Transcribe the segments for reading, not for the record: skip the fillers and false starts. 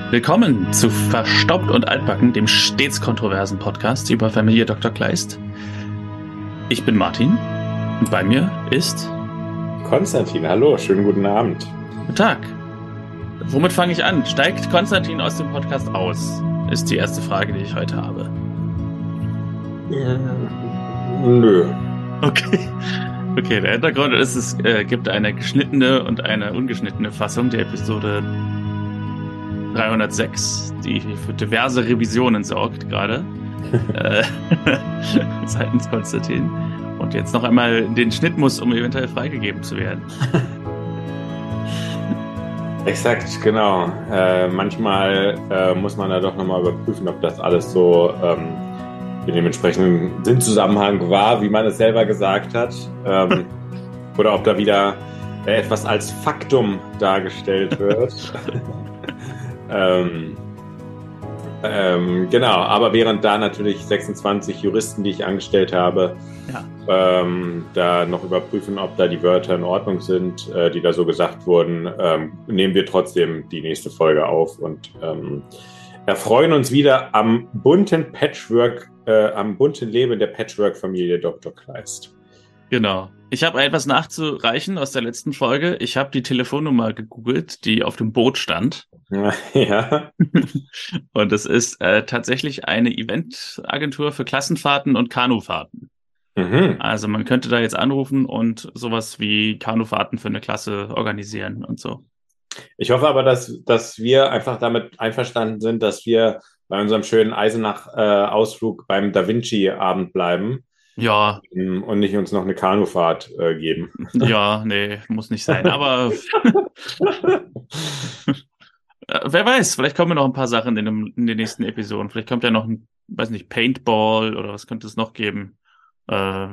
Willkommen zu Verstaubt und Altbacken, dem stets kontroversen Podcast über Familie Dr. Kleist. Ich bin Martin und bei mir ist Konstantin. Hallo, schönen guten Abend. Guten Tag. Womit fange ich an? Steigt Konstantin aus dem Podcast aus? Ist die erste Frage, die ich heute habe. Nö. Okay, der Hintergrund ist, es gibt eine geschnittene und eine ungeschnittene Fassung der Episode 306, die für diverse Revisionen sorgt gerade, seitens Konstantin. Und jetzt noch einmal den Schnitt muss, um eventuell freigegeben zu werden. Exakt, genau. Manchmal muss man da doch nochmal überprüfen, ob das alles so in dem entsprechenden Sinnzusammenhang war, wie man es selber gesagt hat. Oder ob da wieder etwas als Faktum dargestellt wird. Genau, aber während da natürlich 26 Juristen, die ich angestellt habe, da noch überprüfen, ob da die Wörter in Ordnung sind, die da so gesagt wurden, nehmen wir trotzdem die nächste Folge auf und erfreuen uns wieder am bunten Patchwork, am bunten Leben der Patchwork-Familie Dr. Kleist. Genau. Ich habe etwas nachzureichen aus der letzten Folge. Ich habe die Telefonnummer gegoogelt, die auf dem Boot stand. Ja. Und es ist tatsächlich eine Eventagentur für Klassenfahrten und Kanufahrten. Mhm. Also man könnte da jetzt anrufen und sowas wie Kanufahrten für eine Klasse organisieren und so. Ich hoffe aber, dass wir einfach damit einverstanden sind, dass wir bei unserem schönen Eisenach-Ausflug beim Da Vinci-Abend bleiben. Ja. Und nicht uns noch eine Kanufahrt geben. Ja, nee, muss nicht sein. Aber wer weiß, vielleicht kommen noch ein paar Sachen in den nächsten Episoden. Vielleicht kommt ja noch ein, weiß nicht, Paintball oder was könnte es noch geben? Ich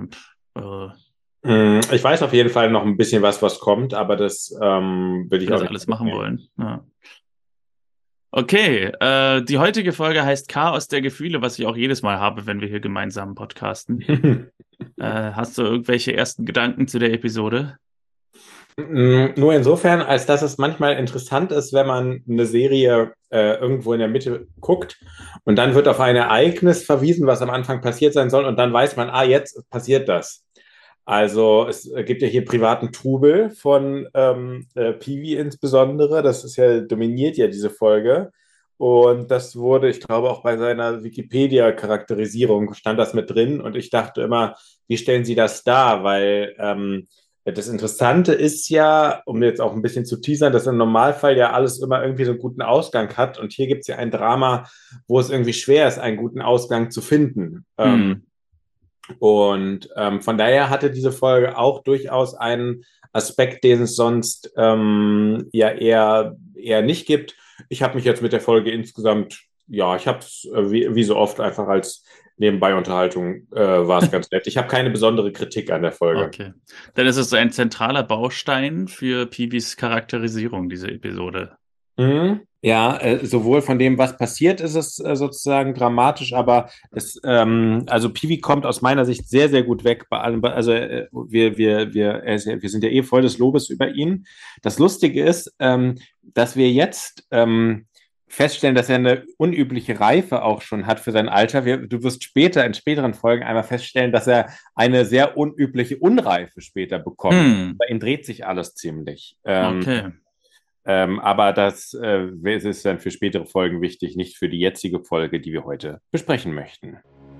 weiß auf jeden Fall noch ein bisschen was kommt, aber das will ich auch nicht alles machen wollen. Ja. Okay, die heutige Folge heißt Chaos der Gefühle, was ich auch jedes Mal habe, wenn wir hier gemeinsam podcasten. Hast du irgendwelche ersten Gedanken zu der Episode? Nur insofern, als dass es manchmal interessant ist, wenn man eine Serie irgendwo in der Mitte guckt und dann wird auf ein Ereignis verwiesen, was am Anfang passiert sein soll und dann weiß man, jetzt passiert das. Also es gibt ja hier privaten Trubel von Peewee insbesondere, das ist ja, dominiert ja diese Folge und das wurde, ich glaube auch bei seiner Wikipedia-Charakterisierung stand das mit drin und ich dachte immer, wie stellen Sie das dar, weil das Interessante ist ja, um jetzt auch ein bisschen zu teasern, dass im Normalfall ja alles immer irgendwie so einen guten Ausgang hat und hier gibt es ja ein Drama, wo es irgendwie schwer ist, einen guten Ausgang zu finden. Und von daher hatte diese Folge auch durchaus einen Aspekt, den es sonst ja eher nicht gibt. Ich habe mich jetzt mit der Folge insgesamt, ja, ich habe es wie so oft einfach als Nebenbei-Unterhaltung war es ganz nett. Ich habe keine besondere Kritik an der Folge. Okay. Dann ist es so ein zentraler Baustein für Peewees Charakterisierung, diese Episode. Ja, sowohl von dem, was passiert, ist es sozusagen dramatisch, aber also Peewee kommt aus meiner Sicht sehr, sehr gut weg bei allem. Also wir sind ja eh voll des Lobes über ihn. Das Lustige ist, dass wir jetzt feststellen, dass er eine unübliche Reife auch schon hat für sein Alter. Du wirst später, in späteren Folgen einmal feststellen, dass er eine sehr unübliche Unreife später bekommt. Bei ihm dreht sich alles ziemlich. Okay. Aber das ist dann für spätere Folgen wichtig, nicht für die jetzige Folge, die wir heute besprechen möchten.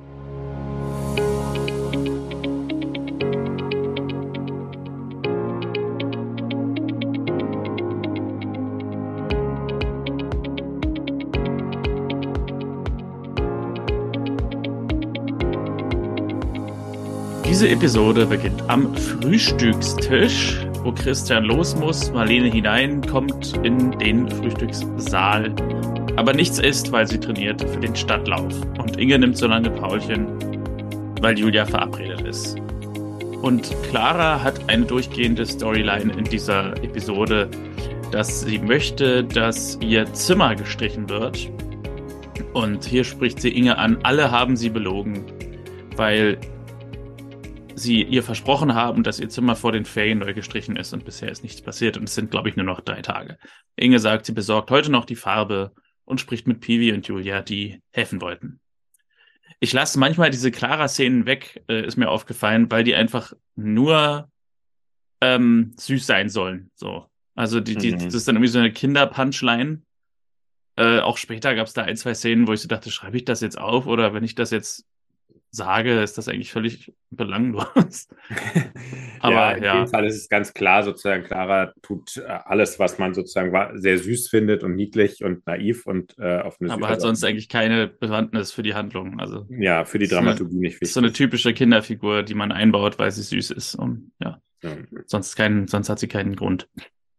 Diese Episode beginnt am Frühstückstisch, wo Christian los muss. Marlene hineinkommt in den Frühstückssaal, aber nichts isst, weil sie trainiert für den Stadtlauf. Und Inge nimmt so lange Paulchen, weil Julia verabredet ist. Und Clara hat eine durchgehende Storyline in dieser Episode, dass sie möchte, dass ihr Zimmer gestrichen wird. Und hier spricht sie Inge an, alle haben sie belogen, weil sie ihr versprochen haben, dass ihr Zimmer vor den Ferien neu gestrichen ist und bisher ist nichts passiert und es sind, glaube ich, nur noch 3 Tage. Inge sagt, sie besorgt heute noch die Farbe und spricht mit Peewee und Julia, die helfen wollten. Ich lasse manchmal diese Clara-Szenen weg, ist mir aufgefallen, weil die einfach nur süß sein sollen. So. Also das ist dann irgendwie so eine Kinder-Punchline. Auch später gab es da ein, zwei Szenen, wo ich so dachte, schreibe ich das jetzt auf oder wenn ich das jetzt sage, ist das eigentlich völlig belanglos. Ja, Aber in dem ja, Fall ist es ganz klar, sozusagen, Clara tut alles, was man sozusagen sehr süß findet und niedlich und naiv und auf eine aber hat sonst eigentlich keine Bewandtnis für die Handlung. Also ja, für die ist eine, Dramaturgie nicht ist so eine wichtig. typische Kinderfigur, die man einbaut, weil sie süß ist. Und ja, Ja. sonst hat sie keinen Grund.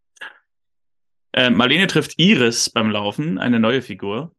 Marlene trifft Iris beim Laufen, eine neue Figur,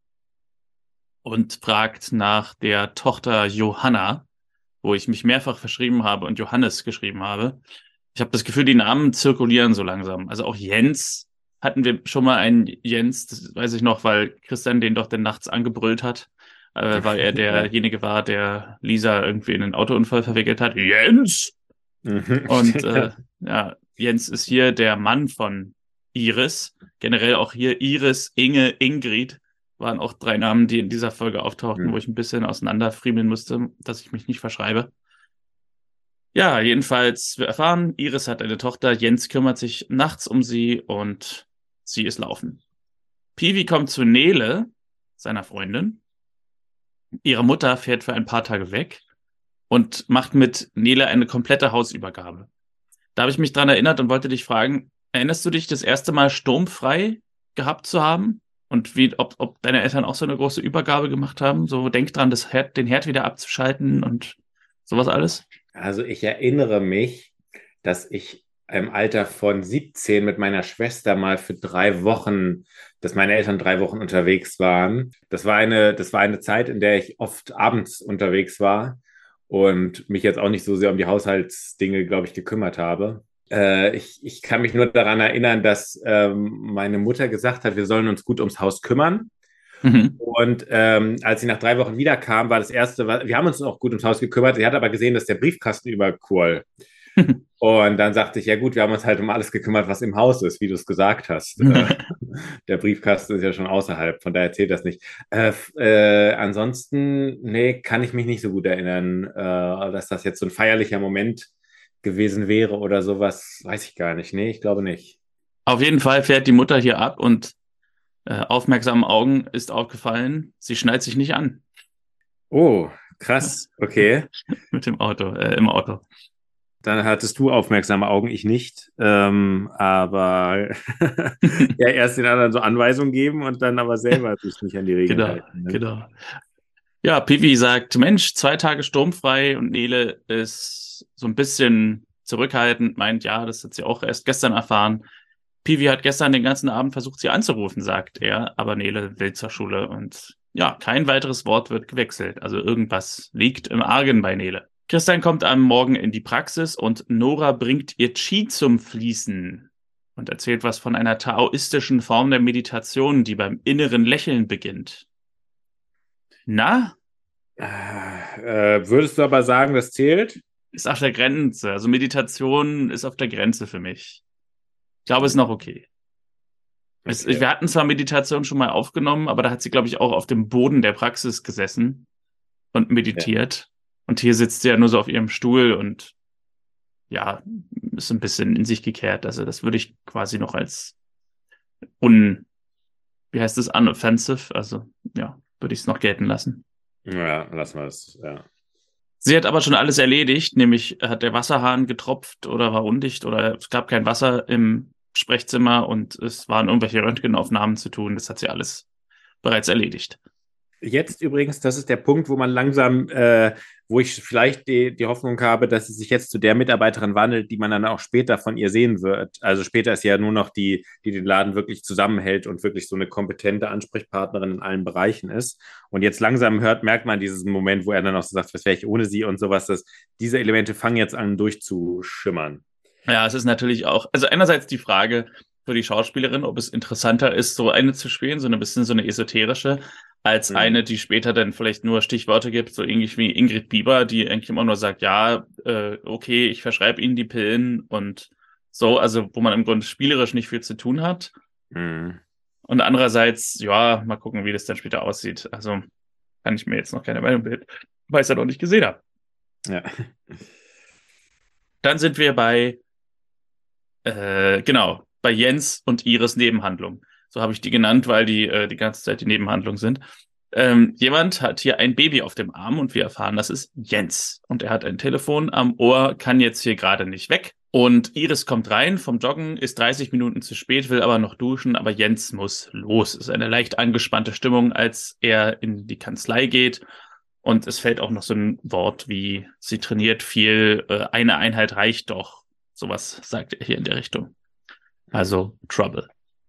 und fragt nach der Tochter Johanna, wo ich mich mehrfach verschrieben habe und Johannes geschrieben habe. Ich habe das Gefühl, die Namen zirkulieren so langsam. Also auch Jens hatten wir schon mal einen Jens, das weiß ich noch, weil Christian den doch dann nachts angebrüllt hat, weil er Ja. derjenige war, der Lisa irgendwie in einen Autounfall verwickelt hat. Jens! Mhm. Und ja, Jens ist hier der Mann von Iris. Generell auch hier Iris, Inge, Ingrid waren auch drei Namen, die in dieser Folge auftauchten, wo ich ein bisschen auseinanderfriemeln musste, dass ich mich nicht verschreibe. Ja, jedenfalls, wir erfahren, Iris hat eine Tochter, Jens kümmert sich nachts um sie und sie ist laufen. Peewee kommt zu Nele, seiner Freundin. Ihre Mutter fährt für ein paar Tage weg und macht mit Nele eine komplette Hausübergabe. Da habe ich mich dran erinnert und wollte dich fragen, erinnerst du dich das erste Mal sturmfrei gehabt zu haben? Und ob deine Eltern auch so eine große Übergabe gemacht haben? So, denk dran, den Herd wieder abzuschalten und sowas alles? Also ich erinnere mich, dass ich im Alter von 17 mit meiner Schwester mal für 3 Wochen, dass meine Eltern 3 Wochen unterwegs waren. Das war eine Zeit, in der ich oft abends unterwegs war und mich jetzt auch nicht so sehr um die Haushaltsdinge, glaube ich, gekümmert habe. Ich kann mich nur daran erinnern, dass meine Mutter gesagt hat, wir sollen uns gut ums Haus kümmern. Mhm. Und als sie nach 3 Wochen wiederkam, war das erste, wir haben uns auch gut ums Haus gekümmert. Sie hat aber gesehen, dass der Briefkasten überquoll. Und dann sagte ich, ja gut, wir haben uns halt um alles gekümmert, was im Haus ist, wie du es gesagt hast. Der Briefkasten ist ja schon außerhalb, von daher zählt das nicht. Ansonsten, nee, kann ich mich nicht so gut erinnern, dass das jetzt so ein feierlicher Moment gewesen wäre oder sowas, weiß ich gar nicht. Nee, ich glaube nicht. Auf jeden Fall fährt die Mutter hier ab und aufmerksamen Augen ist aufgefallen, sie schnallt sich nicht an Oh, krass, okay. mit dem Auto, im Auto. Dann hattest du aufmerksame Augen, ich nicht. Aber ja, erst den anderen so Anweisungen geben und dann aber selber sich nicht an die Regeln Genau, halten. Ne? genau. Ja, Piwi sagt, Mensch, 2 Tage sturmfrei und Nele ist so ein bisschen zurückhaltend, meint, ja, das hat sie auch erst gestern erfahren. Piwi hat gestern den ganzen Abend versucht, sie anzurufen, sagt er, aber Nele will zur Schule und ja, kein weiteres Wort wird gewechselt. Also irgendwas liegt im Argen bei Nele. Christian kommt am Morgen in die Praxis und Nora bringt ihr Qi zum Fließen und erzählt was von einer taoistischen Form der Meditation, die beim inneren Lächeln beginnt. Na, Würdest du aber sagen, das zählt? ist auf der Grenze. Also Meditation ist auf der Grenze für mich. Ich glaube, es ist noch okay. Okay. Wir hatten zwar Meditation schon mal aufgenommen, aber da hat sie, glaube ich, auch auf dem Boden der Praxis gesessen und Ja. meditiert. Und hier sitzt sie ja nur so auf ihrem Stuhl und ja, ist ein bisschen in sich gekehrt. Also das würde ich quasi noch als wie heißt es, unoffensive, also ja, würde ich es noch gelten lassen. Ja, lassen wir es. Ja. Sie hat aber schon alles erledigt, nämlich hat der Wasserhahn getropft oder war undicht oder es gab kein Wasser im Sprechzimmer und es waren irgendwelche Röntgenaufnahmen zu tun. Das hat sie alles bereits erledigt. Jetzt übrigens, das ist der Punkt, wo man langsam, wo ich vielleicht die Hoffnung habe, dass sie sich jetzt zu der Mitarbeiterin wandelt, die man dann auch später von ihr sehen wird. Also später ist ja nur noch die den Laden wirklich zusammenhält und wirklich so eine kompetente Ansprechpartnerin in allen Bereichen ist. Und jetzt langsam merkt man diesen Moment, wo er dann auch so sagt, was wäre ich ohne sie und sowas, dass diese Elemente fangen jetzt an durchzuschimmern. Ja, es ist natürlich auch, also einerseits die Frage für die Schauspielerin, ob es interessanter ist, so eine zu spielen, so ein bisschen so eine esoterische, als eine, die später dann vielleicht nur Stichworte gibt, so ähnlich wie Ingrid Bieber, die eigentlich immer nur sagt, ja, okay, ich verschreibe Ihnen die Pillen und so, also wo man im Grunde spielerisch nicht viel zu tun hat. Mhm. Und andererseits, ja, mal gucken, wie das dann später aussieht. Also kann ich mir jetzt noch keine Meinung bilden, weil ich es ja noch nicht gesehen habe. Ja. Dann sind wir genau, bei Jens und Iris Nebenhandlung. So habe ich die genannt, weil die ganze Zeit die Nebenhandlung sind. Jemand hat hier ein Baby auf dem Arm und wir erfahren, das ist Jens. Und er hat ein Telefon am Ohr, kann jetzt hier gerade nicht weg. Und Iris kommt rein vom Joggen, ist 30 Minuten zu spät, will aber noch duschen, aber Jens muss los. Es ist eine leicht angespannte Stimmung, als er in die Kanzlei geht. Und es fällt auch noch so ein Wort wie, sie trainiert viel, eine Einheit reicht doch. Sowas sagt er hier in der Richtung. Also Trouble.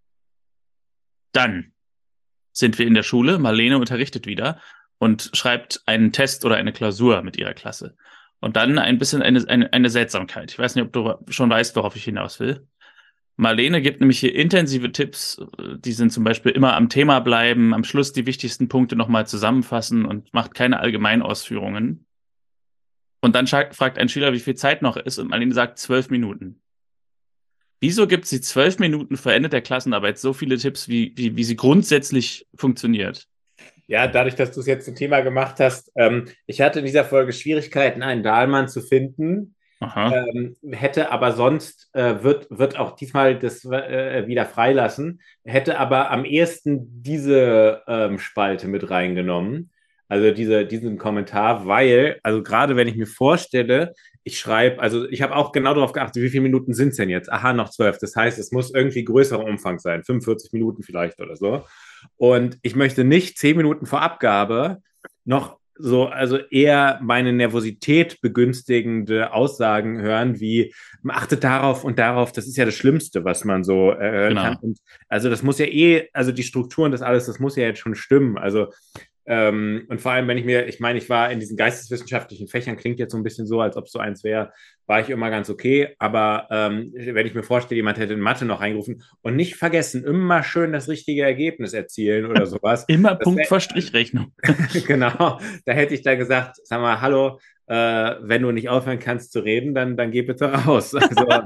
Dann sind wir in der Schule. Marlene unterrichtet wieder und schreibt einen Test oder eine Klausur mit ihrer Klasse. Und dann ein bisschen eine Seltsamkeit. Ich weiß nicht, ob du schon weißt, worauf ich hinaus will. Marlene gibt nämlich hier intensive Tipps, die sind zum Beispiel immer am Thema bleiben, am Schluss die wichtigsten Punkte nochmal zusammenfassen und macht keine Allgemeinausführungen. Und dann fragt ein Schüler, wie viel Zeit noch ist, und Marlene sagt 12 Minuten. Wieso gibt sie 12 Minuten vor Ende der Klassenarbeit so viele Tipps, wie sie grundsätzlich funktioniert? Ja, dadurch, dass du es jetzt ein Thema gemacht hast, ich hatte in dieser Folge Schwierigkeiten, einen Dahlmann zu finden, Aha. hätte aber sonst, wird auch diesmal das wieder freilassen, hätte aber am ehesten diese Spalte mit reingenommen, also diesen Kommentar, weil, also gerade wenn ich mir vorstelle, ich schreibe, also ich habe auch genau darauf geachtet, wie viele Minuten sind es denn jetzt? Aha, noch 12. Das heißt, es muss irgendwie größerer Umfang sein, 45 Minuten vielleicht oder so. Und ich möchte nicht 10 Minuten vor Abgabe noch so, also eher meine Nervosität begünstigende Aussagen hören, wie achtet darauf und darauf, das ist ja das Schlimmste, was man so hören kann. Genau. Und also das muss ja also die Strukturen das alles, das muss ja jetzt schon stimmen. Also und vor allem, wenn ich meine, ich war in diesen geisteswissenschaftlichen Fächern, klingt jetzt so ein bisschen so, als ob es so eins wäre, war ich immer ganz okay. Aber wenn ich mir vorstelle, jemand hätte in Mathe noch reingerufen und nicht vergessen, immer schön das richtige Ergebnis erzielen oder sowas. Immer Das Punkt wär, vor Strichrechnung. genau, da hätte ich da gesagt, sag mal, hallo, wenn du nicht aufhören kannst zu reden, dann geh bitte raus. Also,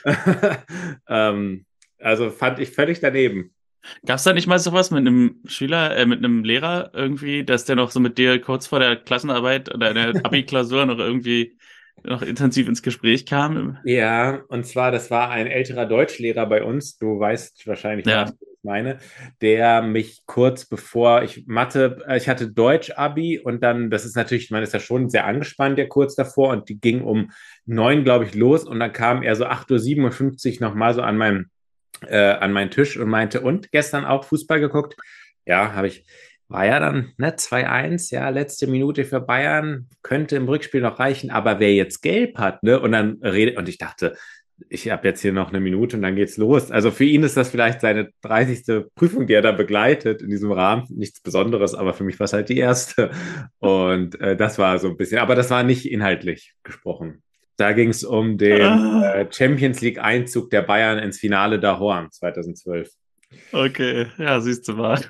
also fand ich völlig daneben. Gab es da nicht mal sowas mit einem Schüler, mit einem Lehrer irgendwie, dass der noch so mit dir kurz vor der Klassenarbeit oder der Abi-Klausur noch irgendwie noch intensiv ins Gespräch kam? Ja, und zwar, das war ein älterer Deutschlehrer bei uns, du weißt wahrscheinlich, Ja, was ich meine, der mich kurz bevor ich hatte Deutsch-Abi und dann, das ist natürlich, man ist ja schon sehr angespannt, ja kurz davor und die ging um 9, glaube ich, los und dann kam er so 8:57 Uhr nochmal so an meinen Tisch und meinte, und gestern auch Fußball geguckt? Ja, war ja dann, ne, 2:1, ja, letzte Minute für Bayern, könnte im Rückspiel noch reichen, aber wer jetzt gelb hat, ne, und dann redet, und ich dachte, ich habe jetzt hier noch eine Minute und dann geht's los. Also für ihn ist das vielleicht seine 30. Prüfung, die er da begleitet in diesem Rahmen. Nichts Besonderes, aber für mich war es halt die erste. Und das war so ein bisschen, aber das war nicht inhaltlich gesprochen. Da ging es um den Ah, Champions League Einzug der Bayern ins Finale da Horn 2012. okay, ja, siehst du mal.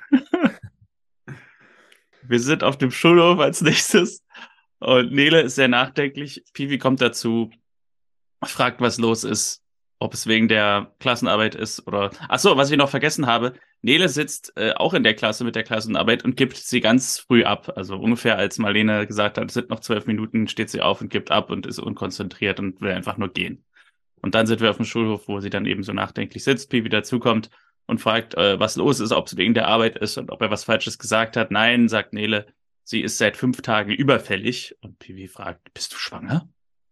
Wir sind auf dem Schulhof als nächstes und Nele ist sehr nachdenklich. Piwi kommt dazu, fragt, was los ist, ob es wegen der Klassenarbeit ist oder. Ach so, was ich noch vergessen habe. Nele sitzt auch in der Klasse mit der Klassenarbeit und gibt sie ganz früh ab. Also ungefähr als Marlene gesagt hat, es sind noch 12 Minuten, steht sie auf und gibt ab und ist unkonzentriert und will einfach nur gehen. Und dann sind wir auf dem Schulhof, wo sie dann eben so nachdenklich sitzt, Piwi dazukommt und fragt, was los ist, ob es wegen der Arbeit ist und ob er was Falsches gesagt hat. Nein, sagt Nele, sie ist seit 5 Tagen überfällig. Und Piwi fragt, bist du schwanger?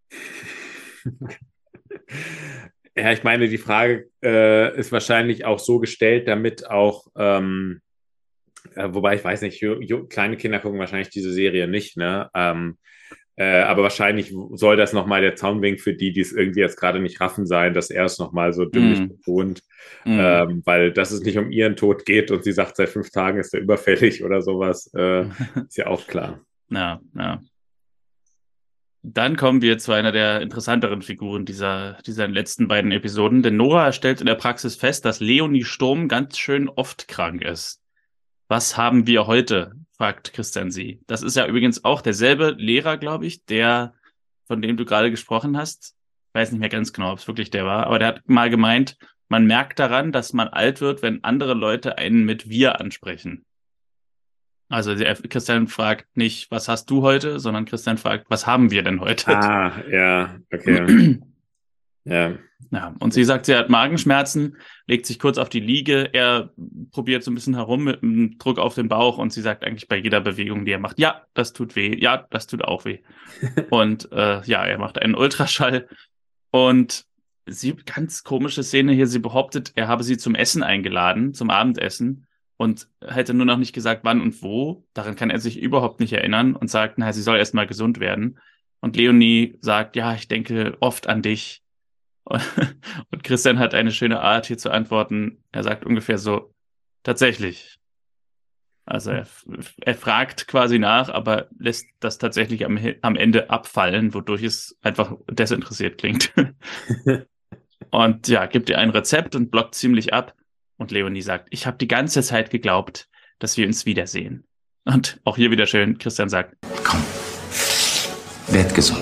Ja, ich meine, die Frage ist wahrscheinlich auch so gestellt, damit auch, wobei ich weiß nicht, kleine Kinder gucken wahrscheinlich diese Serie nicht, ne? Aber wahrscheinlich soll das nochmal der Zaunwink für die, die es irgendwie jetzt gerade nicht raffen, sein, dass er es nochmal so dümmlich Mm, betont, mm. weil dass es nicht um ihren Tod geht und sie sagt, seit 5 Tagen ist er überfällig oder sowas, ist ja auch klar. Ja, ja. Dann kommen wir zu einer der interessanteren Figuren dieser letzten beiden Episoden, denn Nora stellt in der Praxis fest, dass Leonie Sturm ganz schön oft krank ist. Was haben wir heute? Fragt Christian sie. Das ist ja übrigens auch derselbe Lehrer, glaube ich, von dem du gerade gesprochen hast. Ich weiß nicht mehr ganz genau, ob es wirklich der war, aber der hat mal gemeint, man merkt daran, dass man alt wird, wenn andere Leute einen mit wir ansprechen. Also Christian fragt nicht, was hast du heute, sondern Christian fragt, was haben wir denn heute? Ah, ja, okay. Ja. Ja, und sie sagt, sie hat Magenschmerzen, legt sich kurz auf die Liege. Er probiert so ein bisschen herum mit einem Druck auf den Bauch und sie sagt eigentlich bei jeder Bewegung, die er macht, ja, das tut weh, ja, das tut auch weh. Und ja, er macht einen Ultraschall und sie, ganz komische Szene hier, sie behauptet, er habe sie zum Essen eingeladen, zum Abendessen und hätte nur noch nicht gesagt, wann und wo. Daran kann er sich überhaupt nicht erinnern und sagt, na, sie soll erst mal gesund werden. Und Leonie sagt, ja, ich denke oft an dich. Und Christian hat eine schöne Art, hier zu antworten. Er sagt ungefähr so, tatsächlich. Also er fragt quasi nach, aber lässt das tatsächlich am Ende abfallen, wodurch es einfach desinteressiert klingt. Und ja, gibt ihr ein Rezept und blockt ziemlich ab. Und Leonie sagt, ich habe die ganze Zeit geglaubt, dass wir uns wiedersehen. Und auch hier wieder schön, Christian sagt, komm, werd gesund.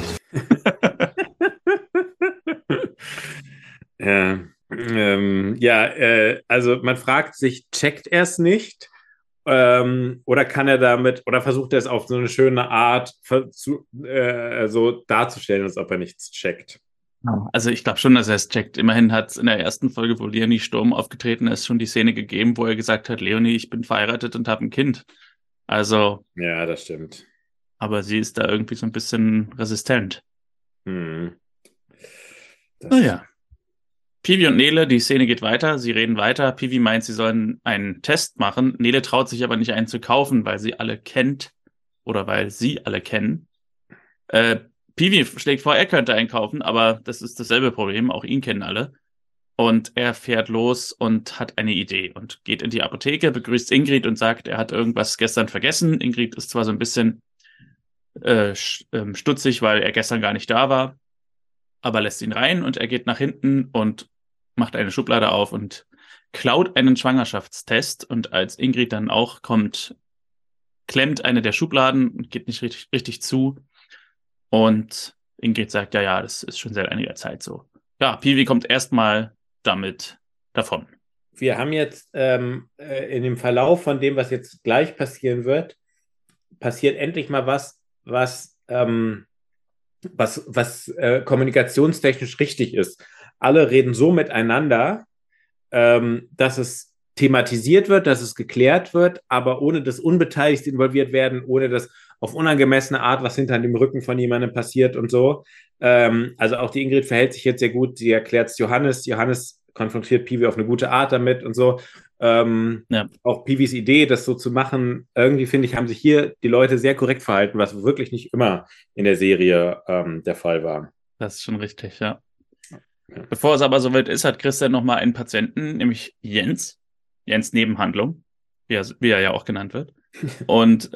Also man fragt sich, checkt er es nicht? Oder kann er damit, oder versucht er es auf so eine schöne Art so darzustellen, als ob er nichts checkt? also ich glaube schon, dass er es checkt. Immerhin hat es in der ersten Folge, wo Leonie Sturm aufgetreten ist, schon die Szene gegeben, wo er gesagt hat, Leonie, ich bin verheiratet und habe ein Kind. Also, Ja, das stimmt. aber sie ist da irgendwie so ein bisschen resistent. Hm. Naja. Piwi und Nele, die Szene geht weiter, sie reden weiter. Piwi meint, sie sollen einen Test machen. Nele traut sich aber nicht, einen zu kaufen, weil sie alle kennt oder weil sie alle kennen. Piwi schlägt vor, er könnte einen kaufen, aber das ist dasselbe Problem, auch ihn kennen alle. Und er fährt los und hat eine Idee und geht in die Apotheke, begrüßt Ingrid und sagt, er hat irgendwas gestern vergessen. Ingrid ist zwar so ein bisschen stutzig, weil er gestern gar nicht da war, aber lässt ihn rein und er geht nach hinten und macht eine Schublade auf und klaut einen Schwangerschaftstest. Und als Ingrid dann auch kommt, klemmt eine der Schubladen und geht nicht richtig zu. Und Ingrid sagt, ja, ja, das ist schon seit einiger Zeit so. Ja, Piwi kommt erstmal damit davon. Wir haben jetzt in dem Verlauf von dem, was jetzt gleich passieren wird, passiert endlich mal was kommunikationstechnisch richtig ist. Alle reden so miteinander, dass es thematisiert wird, dass es geklärt wird, aber ohne dass Unbeteiligte involviert werden, ohne dass auf unangemessene Art was hinter dem Rücken von jemandem passiert und so. Also auch die Ingrid verhält sich jetzt sehr gut. Sie erklärt es Johannes. Johannes konfrontiert Piwi auf eine gute Art damit und so. Ja. Auch Piwis Idee, das so zu machen, irgendwie finde ich, haben sich hier die Leute sehr korrekt verhalten, was wirklich nicht immer in der Serie der Fall war. Das ist schon richtig, ja. Bevor es aber soweit ist, hat Christian nochmal einen Patienten, nämlich Jens. Jens Nebenhandlung, wie er ja auch genannt wird. Und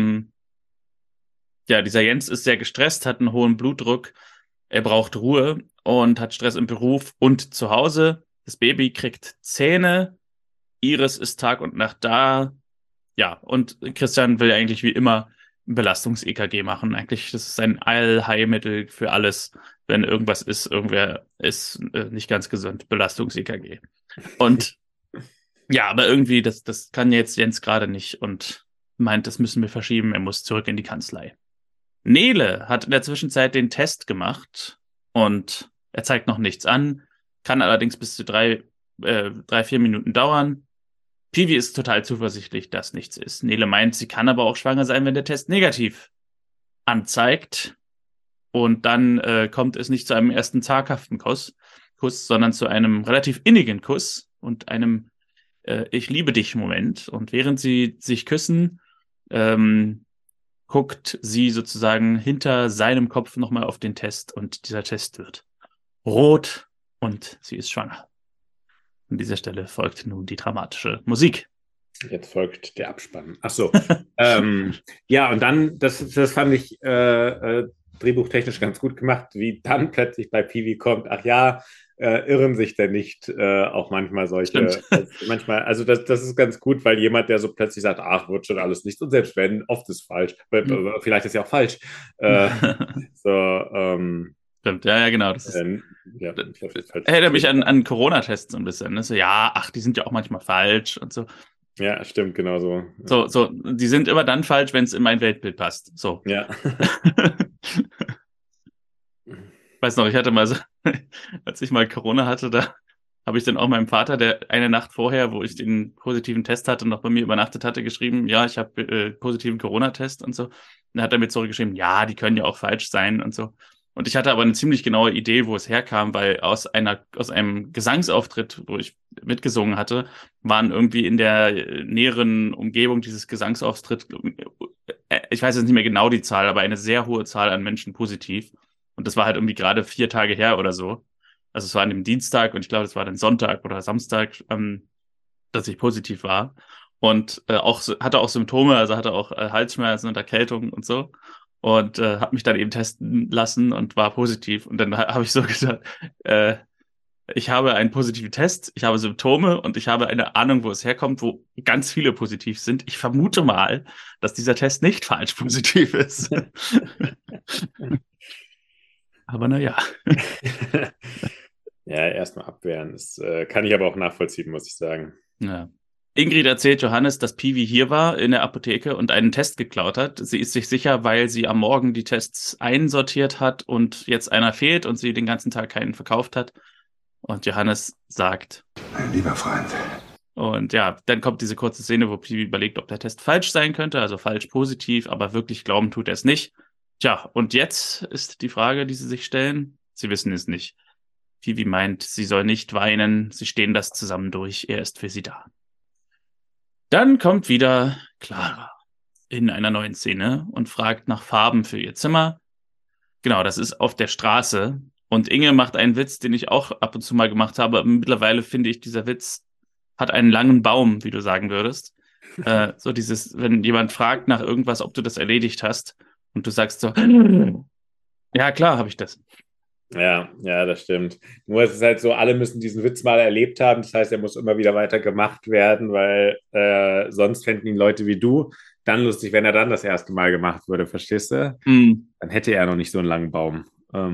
ja, dieser Jens ist sehr gestresst, hat einen hohen Blutdruck, er braucht Ruhe und hat Stress im Beruf und zu Hause. Das Baby kriegt Zähne, Iris ist Tag und Nacht da. Ja, und Christian will eigentlich wie immer ein Belastungs-EKG machen. Eigentlich, das ist ein Allheilmittel für alles. Wenn irgendwas ist, irgendwer ist nicht ganz gesund. Belastungs-EKG. Und ja, aber irgendwie, das kann jetzt Jens gerade nicht und meint, das müssen wir verschieben. Er muss zurück in die Kanzlei. Nele hat in der Zwischenzeit den Test gemacht und er zeigt noch nichts an, kann allerdings bis zu 3-4 Minuten dauern. Piwi ist total zuversichtlich, dass nichts ist. Nele meint, sie kann aber auch schwanger sein, wenn der Test negativ anzeigt. Und dann kommt es nicht zu einem ersten zaghaften Kuss, sondern zu einem relativ innigen Kuss und einem Ich liebe dich Moment. Und während sie sich küssen, guckt sie sozusagen hinter seinem Kopf nochmal auf den Test und dieser Test wird rot und sie ist schwanger. An dieser Stelle folgt nun die dramatische Musik. Jetzt folgt der Abspann. Ach so. Ja, und dann, das fand ich drehbuchtechnisch ganz gut gemacht, wie dann plötzlich bei Piwi kommt, ach ja, irren sich denn nicht auch manchmal solche, manchmal, also das ist ganz gut, weil jemand, der so plötzlich sagt, ach, wird schon alles nichts und selbst wenn, oft ist falsch, vielleicht ist ja auch falsch. Stimmt, ja, genau. Das ist, Ja, ich glaub, das ist falsch. erinnert mich an Corona-Tests so ein bisschen. Ne? So, ja, ach, die sind ja auch manchmal falsch und so. Ja, stimmt, genau so. So, die sind immer dann falsch, wenn es in mein Weltbild passt. So. Ja. Weiß noch, ich hatte mal so, als ich mal Corona hatte, da habe ich dann auch meinem Vater, der eine Nacht vorher, wo ich den positiven Test hatte und noch bei mir übernachtet hatte, geschrieben, ja, ich habe positiven Corona-Test und so. Und dann hat er mir zurückgeschrieben, ja, die können ja auch falsch sein und so. Und ich hatte aber eine ziemlich genaue Idee, wo es herkam, weil aus einem Gesangsauftritt, wo ich mitgesungen hatte, waren irgendwie in der näheren Umgebung dieses Gesangsauftritt, ich weiß jetzt nicht mehr genau die Zahl, aber eine sehr hohe Zahl an Menschen positiv. Und das war halt irgendwie gerade 4 Tage her oder so. Also es war an dem Dienstag und ich glaube, es war dann Sonntag oder Samstag, dass ich positiv war. Und hatte auch Symptome, also hatte auch Halsschmerzen und Erkältung und so. Und habe mich dann eben testen lassen und war positiv. Und dann habe ich so gesagt, ich habe einen positiven Test, ich habe Symptome und ich habe eine Ahnung, wo es herkommt, wo ganz viele positiv sind. Ich vermute mal, dass dieser Test nicht falsch positiv ist. Aber naja. Ja, erstmal abwehren. Das kann ich aber auch nachvollziehen, muss ich sagen. Ja. Ingrid erzählt Johannes, dass Piwi hier war in der Apotheke und einen Test geklaut hat. Sie ist sich sicher, weil sie am Morgen die Tests einsortiert hat und jetzt einer fehlt und sie den ganzen Tag keinen verkauft hat. Und Johannes sagt: Mein lieber Freund. Und ja, dann kommt diese kurze Szene, wo Piwi überlegt, ob der Test falsch sein könnte, also falsch positiv, aber wirklich glauben tut er es nicht. Tja, und jetzt ist die Frage, die sie sich stellen. Sie wissen es nicht. Piwi meint, sie soll nicht weinen, sie stehen das zusammen durch, er ist für sie da. Dann kommt wieder Clara in einer neuen Szene und fragt nach Farben für ihr Zimmer. Genau, das ist auf der Straße. Und Inge macht einen Witz, den ich auch ab und zu mal gemacht habe. Aber mittlerweile finde ich, dieser Witz hat einen langen Baum, wie du sagen würdest. So dieses, wenn jemand fragt nach irgendwas, ob du das erledigt hast und du sagst so, ja klar, habe ich das. Ja, ja, das stimmt. Nur es ist halt so, alle müssen diesen Witz mal erlebt haben. Das heißt, er muss immer wieder weiter gemacht werden, weil sonst fänden ihn Leute wie du dann lustig, wenn er dann das erste Mal gemacht würde, verstehst du? Dann hätte er noch nicht so einen langen Baum.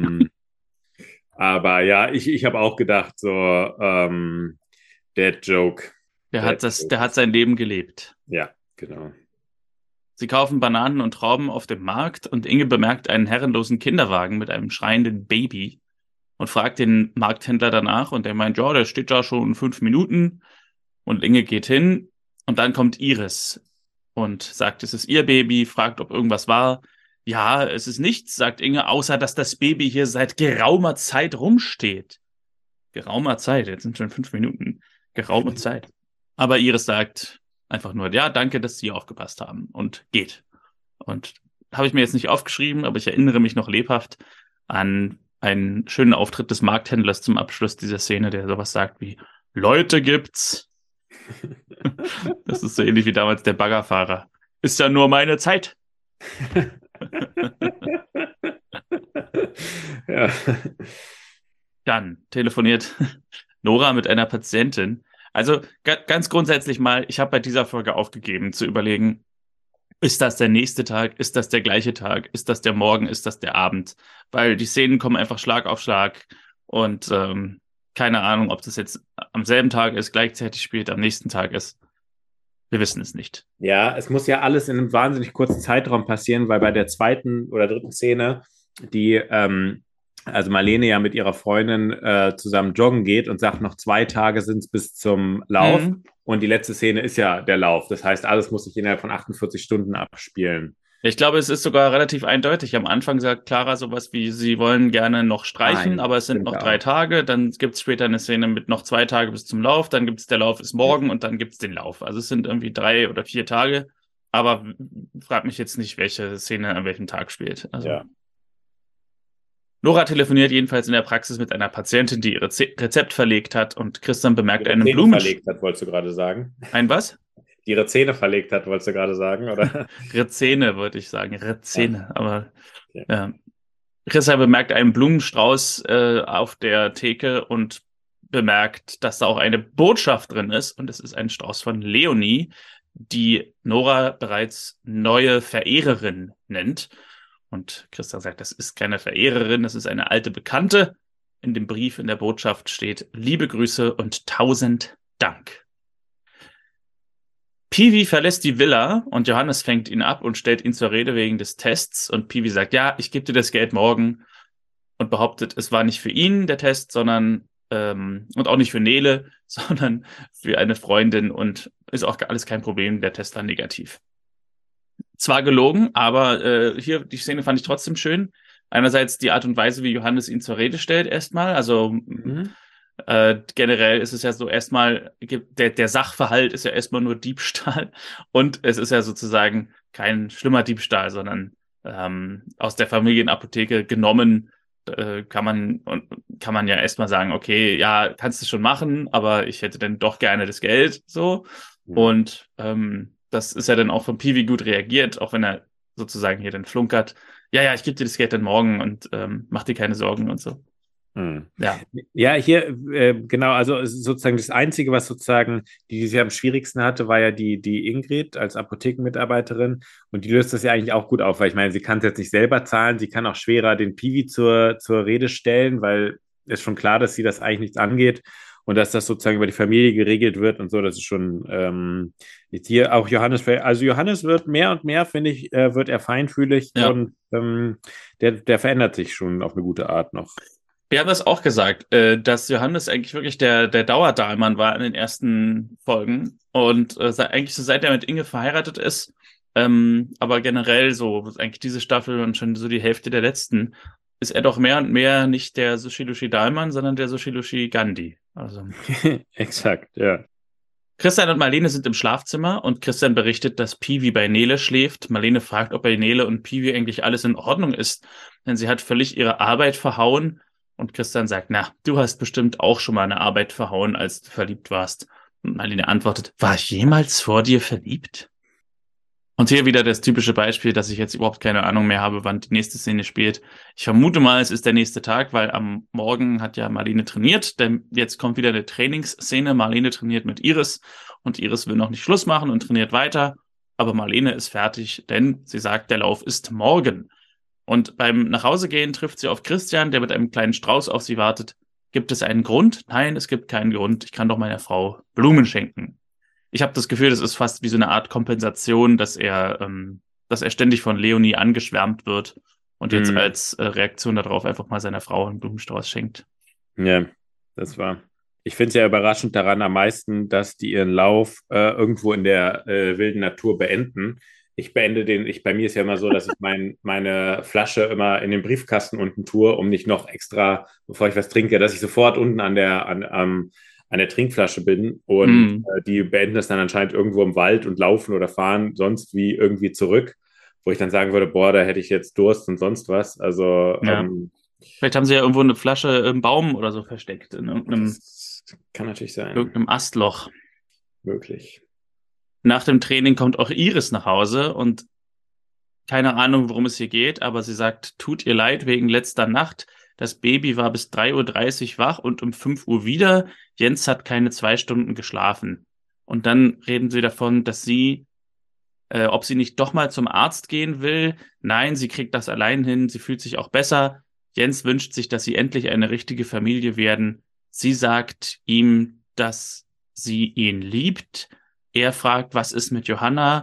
Aber ja, ich habe auch gedacht, so, der Joke. Der hat sein Leben gelebt. Ja, genau. Sie kaufen Bananen und Trauben auf dem Markt und Inge bemerkt einen herrenlosen Kinderwagen mit einem schreienden Baby und fragt den Markthändler danach und der meint, ja, der steht da schon 5 Minuten. Und Inge geht hin und dann kommt Iris und sagt, es ist ihr Baby, fragt, ob irgendwas war. Ja, es ist nichts, sagt Inge, außer dass das Baby hier seit geraumer Zeit rumsteht. Geraumer Zeit, jetzt sind schon 5 Minuten. Geraume Zeit. Aber Iris sagt einfach nur, ja, danke, dass Sie aufgepasst haben und geht. Und habe ich mir jetzt nicht aufgeschrieben, aber ich erinnere mich noch lebhaft an einen schönen Auftritt des Markthändlers zum Abschluss dieser Szene, der sowas sagt wie, Leute gibt's. Das ist so ähnlich wie damals der Baggerfahrer. Ist ja nur meine Zeit. Ja. Dann telefoniert Nora mit einer Patientin. Also ganz grundsätzlich mal, ich habe bei dieser Folge aufgegeben zu überlegen, ist das der nächste Tag, ist das der gleiche Tag, ist das der Morgen, ist das der Abend? Weil die Szenen kommen einfach Schlag auf Schlag und keine Ahnung, ob das jetzt am selben Tag ist, gleichzeitig spielt, am nächsten Tag ist. Wir wissen es nicht. Ja, es muss ja alles in einem wahnsinnig kurzen Zeitraum passieren, weil bei der zweiten oder dritten Szene, die also Marlene ja mit ihrer Freundin zusammen joggen geht und sagt, noch 2 Tage sind es bis zum Lauf. Und die letzte Szene ist ja der Lauf. Das heißt, alles muss sich innerhalb von 48 Stunden abspielen. Ich glaube, es ist sogar relativ eindeutig. Am Anfang sagt Clara sowas wie, sie wollen gerne noch streichen, aber es sind noch 3 Tage. Dann gibt es später eine Szene mit noch 2 Tage bis zum Lauf. Dann gibt es der Lauf ist morgen und dann gibt es den Lauf. Also es sind irgendwie 3 oder 4 Tage. Aber frag mich jetzt nicht, welche Szene an welchem Tag spielt. Also. Ja. Nora telefoniert jedenfalls in der Praxis mit einer Patientin, die ihr Rezept verlegt hat und Christian bemerkt einen Blumenstrauß. Verlegt hat, wolltest du gerade sagen. Ein was? Die Rezene verlegt hat, wolltest du gerade sagen, oder? Rezene, wollte ich sagen. Rezene, ja. Aber okay. Ja. Christian bemerkt einen Blumenstrauß auf der Theke und bemerkt, dass da auch eine Botschaft drin ist und es ist ein Strauß von Leonie, die Nora bereits neue Verehrerin nennt. Und Christian sagt, das ist keine Verehrerin, das ist eine alte Bekannte. In dem Brief, in der Botschaft steht, liebe Grüße und 1000 Dank. Peevy verlässt die Villa und Johannes fängt ihn ab und stellt ihn zur Rede wegen des Tests. Und Peevy sagt, ja, ich gebe dir das Geld morgen. Und behauptet, es war nicht für ihn der Test, sondern und auch nicht für Nele, sondern für eine Freundin. Und ist auch alles kein Problem, der Test war negativ. Zwar gelogen, aber hier die Szene fand ich trotzdem schön. Einerseits die Art und Weise, wie Johannes ihn zur Rede stellt erstmal. Also generell ist es ja so erstmal, der Sachverhalt ist ja erstmal nur Diebstahl. Und es ist ja sozusagen kein schlimmer Diebstahl, sondern aus der Familienapotheke genommen. Kann man ja erstmal sagen, okay, ja, kannst du schon machen, aber ich hätte dann doch gerne das Geld, so. Und das ist ja dann auch von Peevy gut reagiert, auch wenn er sozusagen hier dann flunkert. Ja, ich gebe dir das Geld dann morgen und mach dir keine Sorgen und so. Ja, hier, genau, also sozusagen das Einzige, was sozusagen die sie am schwierigsten hatte, war ja die Ingrid als Apothekenmitarbeiterin und die löst das ja eigentlich auch gut auf, weil ich meine, sie kann es jetzt nicht selber zahlen, sie kann auch schwerer den Peevy zur Rede stellen, weil es schon klar, dass sie das eigentlich nichts angeht und dass das sozusagen über die Familie geregelt wird und so, das ist schon jetzt hier auch Johannes, also Johannes wird mehr und mehr, finde ich, wird er feinfühlig und der verändert sich schon auf eine gute Art noch. Wir haben das auch gesagt, dass Johannes eigentlich wirklich der Dauerdahlmann war in den ersten Folgen und eigentlich so seit er mit Inge verheiratet ist, aber generell so eigentlich diese Staffel und schon so die Hälfte der letzten, ist er doch mehr und mehr nicht der Sushilushi Dahlmann, sondern der Sushilushi Gandhi. Also. Exakt, ja. Christian und Marlene sind im Schlafzimmer und Christian berichtet, dass Peevy bei Nele schläft. Marlene fragt, ob bei Nele und Peevy eigentlich alles in Ordnung ist, denn sie hat völlig ihre Arbeit verhauen. Und Christian sagt, na, du hast bestimmt auch schon mal eine Arbeit verhauen, als du verliebt warst. Und Marlene antwortet, war ich jemals vor dir verliebt? Und hier wieder das typische Beispiel, dass ich jetzt überhaupt keine Ahnung mehr habe, wann die nächste Szene spielt. Ich vermute mal, es ist der nächste Tag, weil am Morgen hat ja Marlene trainiert. Denn jetzt kommt wieder eine Trainingsszene. Marlene trainiert mit Iris und Iris will noch nicht Schluss machen und trainiert weiter. Aber Marlene ist fertig, denn sie sagt, der Lauf ist morgen. Und beim Nachhausegehen trifft sie auf Christian, der mit einem kleinen Strauß auf sie wartet. Gibt es einen Grund? Nein, es gibt keinen Grund. Ich kann doch meiner Frau Blumen schenken. Ich habe das Gefühl, das ist fast wie so eine Art Kompensation, dass er ständig von Leonie angeschwärmt wird und jetzt als Reaktion darauf einfach mal seiner Frau einen Blumenstrauß schenkt. Ja, das war. Ich finde es ja überraschend daran am meisten, dass die ihren Lauf irgendwo in der wilden Natur beenden. Bei mir ist ja immer so, dass ich meine Flasche immer in den Briefkasten unten tue, um nicht noch extra, bevor ich was trinke, dass ich sofort unten an der Trinkflasche bin und die beenden das dann anscheinend irgendwo im Wald und laufen oder fahren sonst wie irgendwie zurück, wo ich dann sagen würde, boah, da hätte ich jetzt Durst und sonst was. Also vielleicht haben sie ja irgendwo eine Flasche im Baum oder so versteckt, in irgendeinem, das kann natürlich sein. Irgendeinem Astloch. Möglich. Nach dem Training kommt auch Iris nach Hause und keine Ahnung, worum es hier geht, aber sie sagt, tut ihr leid wegen letzter Nacht. Das Baby war bis 3:30 Uhr wach und um 5 Uhr wieder. Jens hat keine 2 Stunden geschlafen. Und dann reden sie davon, dass ob sie nicht doch mal zum Arzt gehen will. Nein, sie kriegt das allein hin. Sie fühlt sich auch besser. Jens wünscht sich, dass sie endlich eine richtige Familie werden. Sie sagt ihm, dass sie ihn liebt. Er fragt, was ist mit Johanna?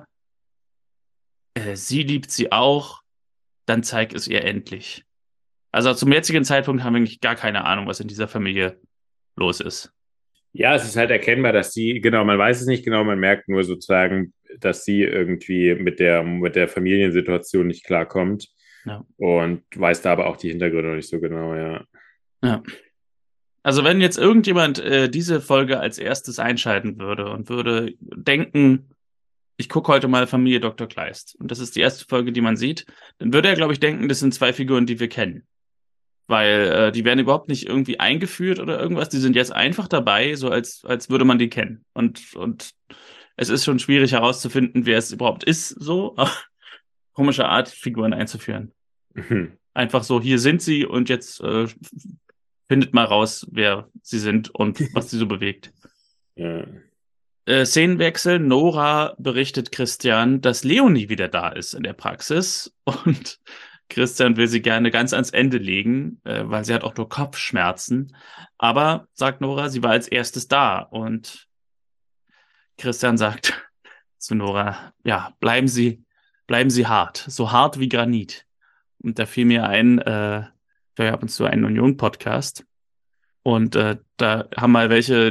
Sie liebt sie auch. Dann zeig es ihr endlich. Also zum jetzigen Zeitpunkt haben wir eigentlich gar keine Ahnung, was in dieser Familie los ist. Ja, es ist halt erkennbar, dass man weiß es nicht genau, man merkt nur sozusagen, dass sie irgendwie mit der Familiensituation nicht klarkommt. Ja. Und weiß da aber auch die Hintergründe noch nicht so genau, ja. Ja. Also wenn jetzt irgendjemand diese Folge als erstes einschalten würde und würde denken, ich gucke heute mal Familie Dr. Kleist und das ist die erste Folge, die man sieht, dann würde er, glaube ich, denken, das sind 2 Figuren, die wir kennen. Weil die werden überhaupt nicht irgendwie eingeführt oder irgendwas, die sind jetzt einfach dabei, so als würde man die kennen. Und es ist schon schwierig herauszufinden, wer es überhaupt ist, so. Komische Art, Figuren einzuführen. Einfach so, hier sind sie und jetzt findet mal raus, wer sie sind und was sie so bewegt. Ja. Szenenwechsel. Nora berichtet Christian, dass Leonie wieder da ist in der Praxis und Christian will sie gerne ganz ans Ende legen, weil sie hat auch nur Kopfschmerzen. Aber, sagt Nora, sie war als erstes da. Und Christian sagt zu Nora, ja, bleiben Sie hart, so hart wie Granit. Und da fiel mir ein, ich höre ja ab und zu einen Union-Podcast. Und da haben mal welche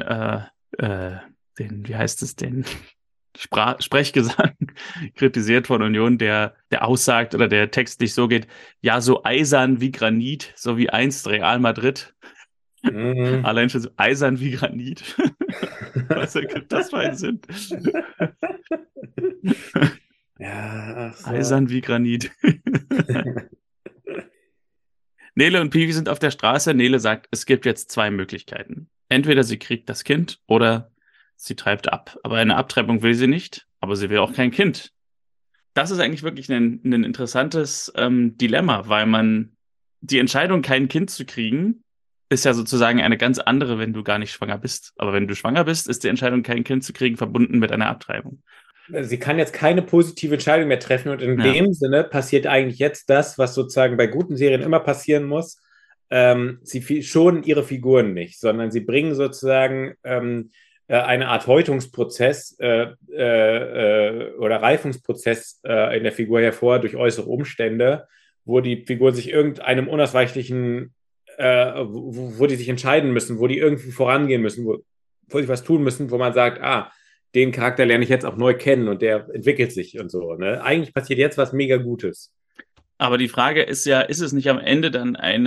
wie heißt es, den Sprechgesang kritisiert von Union, der aussagt oder der textlich so geht, ja, so eisern wie Granit, so wie einst Real Madrid. Allein schon so eisern wie Granit. Was ergibt das für einen Sinn? Ja, ach so. Eisern wie Granit. Nele und Piwi sind auf der Straße. Nele sagt, es gibt jetzt zwei Möglichkeiten. Entweder sie kriegt das Kind oder sie treibt ab. Aber eine Abtreibung will sie nicht, aber sie will auch kein Kind. Das ist eigentlich wirklich ein interessantes Dilemma, weil die Entscheidung, kein Kind zu kriegen, ist ja sozusagen eine ganz andere, wenn du gar nicht schwanger bist. Aber wenn du schwanger bist, ist die Entscheidung, kein Kind zu kriegen, verbunden mit einer Abtreibung. Sie kann jetzt keine positive Entscheidung mehr treffen und in dem Sinne passiert eigentlich jetzt das, was sozusagen bei guten Serien immer passieren muss. Sie schonen ihre Figuren nicht, sondern sie bringen sozusagen eine Art Häutungsprozess oder Reifungsprozess in der Figur hervor durch äußere Umstände, wo die Figuren sich irgendeinem unausweichlichen, wo die sich entscheiden müssen, wo die irgendwie vorangehen müssen, wo sie was tun müssen, wo man sagt, den Charakter lerne ich jetzt auch neu kennen und der entwickelt sich und so. Ne? Eigentlich passiert jetzt was mega Gutes. Aber die Frage ist ja, ist es nicht am Ende dann ein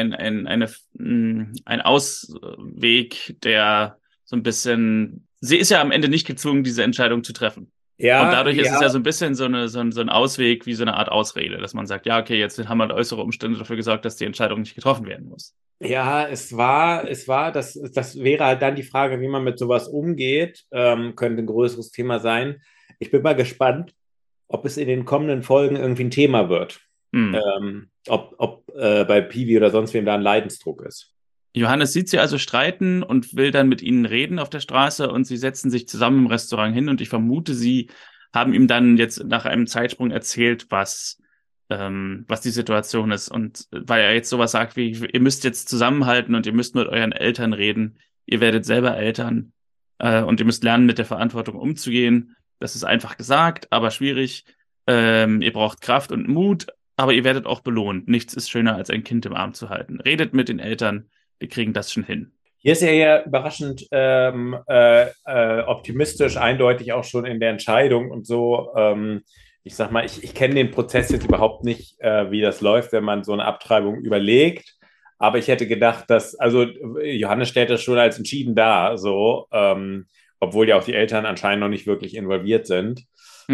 Ausweg, der so ein bisschen, sie ist ja am Ende nicht gezwungen, diese Entscheidung zu treffen. Ja, und dadurch ist es ja so ein bisschen so ein Ausweg, wie so eine Art Ausrede, dass man sagt, ja, okay, jetzt haben halt äußere Umstände dafür gesorgt, dass die Entscheidung nicht getroffen werden muss. Ja, das wäre halt dann die Frage, wie man mit sowas umgeht, könnte ein größeres Thema sein. Ich bin mal gespannt, ob es in den kommenden Folgen irgendwie ein Thema wird. Ob bei Piwi oder sonst wem da ein Leidensdruck ist. Johannes sieht sie also streiten und will dann mit ihnen reden auf der Straße und sie setzen sich zusammen im Restaurant hin und ich vermute, sie haben ihm dann jetzt nach einem Zeitsprung erzählt, was die Situation ist. Und weil er jetzt sowas sagt wie, ihr müsst jetzt zusammenhalten und ihr müsst mit euren Eltern reden, ihr werdet selber Eltern und ihr müsst lernen, mit der Verantwortung umzugehen. Das ist einfach gesagt, aber schwierig. Ihr braucht Kraft und Mut, aber ihr werdet auch belohnt. Nichts ist schöner, als ein Kind im Arm zu halten. Redet mit den Eltern, wir kriegen das schon hin. Hier ist er ja überraschend optimistisch, eindeutig auch schon in der Entscheidung und so. Ich sag mal, ich kenne den Prozess jetzt überhaupt nicht, wie das läuft, wenn man so eine Abtreibung überlegt. Aber ich hätte gedacht, also Johannes stellt das schon als entschieden dar, so, obwohl ja auch die Eltern anscheinend noch nicht wirklich involviert sind.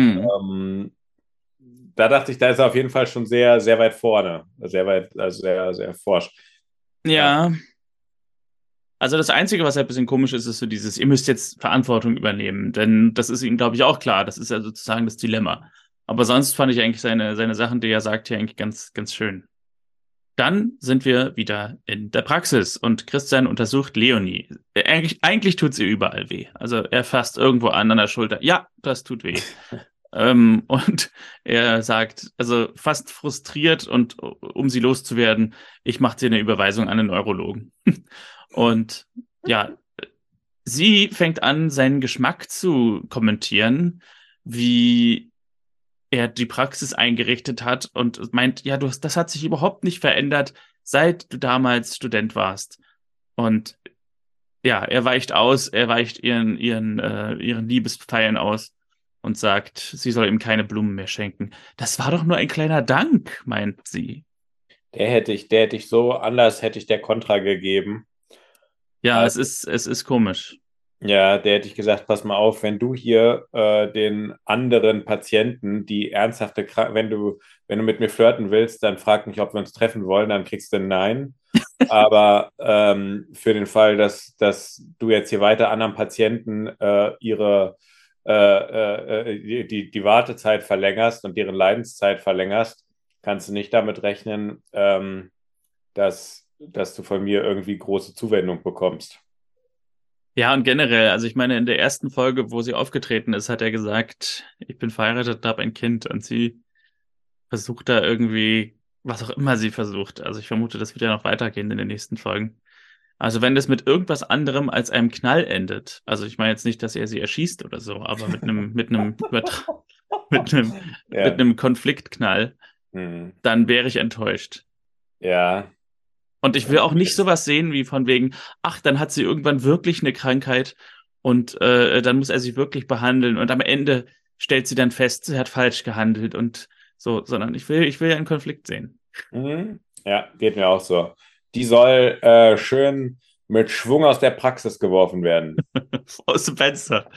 Da dachte ich, da ist er auf jeden Fall schon sehr, sehr weit vorne. Sehr weit, also sehr, sehr forsch. Ja. Also das Einzige, was halt ein bisschen komisch ist, ist so dieses, ihr müsst jetzt Verantwortung übernehmen. Denn das ist ihm, glaube ich, auch klar. Das ist ja sozusagen das Dilemma. Aber sonst fand ich eigentlich seine Sachen, die er sagt, hier eigentlich ganz, ganz schön. Dann sind wir wieder in der Praxis und Christian untersucht Leonie. Eigentlich tut sie überall weh. Also er fasst irgendwo an der Schulter. Ja, das tut weh. Und er sagt, also fast frustriert und um sie loszuwerden, ich mache dir eine Überweisung an den Neurologen. Und ja, sie fängt an, seinen Geschmack zu kommentieren, wie er die Praxis eingerichtet hat und meint, ja, das hat sich überhaupt nicht verändert, seit du damals Student warst. Und ja, er weicht ihren Liebespfeilen aus und sagt, sie soll ihm keine Blumen mehr schenken. Das war doch nur ein kleiner Dank, meint sie. Anders hätte ich der Kontra gegeben. Ja, es ist komisch. Ja, der hätte ich gesagt, pass mal auf, wenn du hier den anderen Patienten, die wenn du mit mir flirten willst, dann frag mich, ob wir uns treffen wollen, dann kriegst du ein Nein. Aber für den Fall, dass du jetzt hier weiter anderen Patienten die Wartezeit verlängerst und deren Leidenszeit verlängerst, kannst du nicht damit rechnen, dass du von mir irgendwie große Zuwendung bekommst. Ja, und generell, also ich meine, in der ersten Folge, wo sie aufgetreten ist, hat er gesagt, ich bin verheiratet und habe ein Kind. Und sie versucht da irgendwie, was auch immer sie versucht. Also ich vermute, das wird ja noch weitergehen in den nächsten Folgen. Also wenn das mit irgendwas anderem als einem Knall endet, also ich meine jetzt nicht, dass er sie erschießt oder so, aber mit Ja. einem Konfliktknall, Hm. dann wäre ich enttäuscht. Ja. Und ich will auch nicht sowas sehen wie von wegen, ach, dann hat sie irgendwann wirklich eine Krankheit und dann muss er sie wirklich behandeln und am Ende stellt sie dann fest, sie hat falsch gehandelt und so, sondern ich will ja einen Konflikt sehen. Mhm. Ja, geht mir auch so. Die soll schön mit Schwung aus der Praxis geworfen werden. Aus dem Fenster.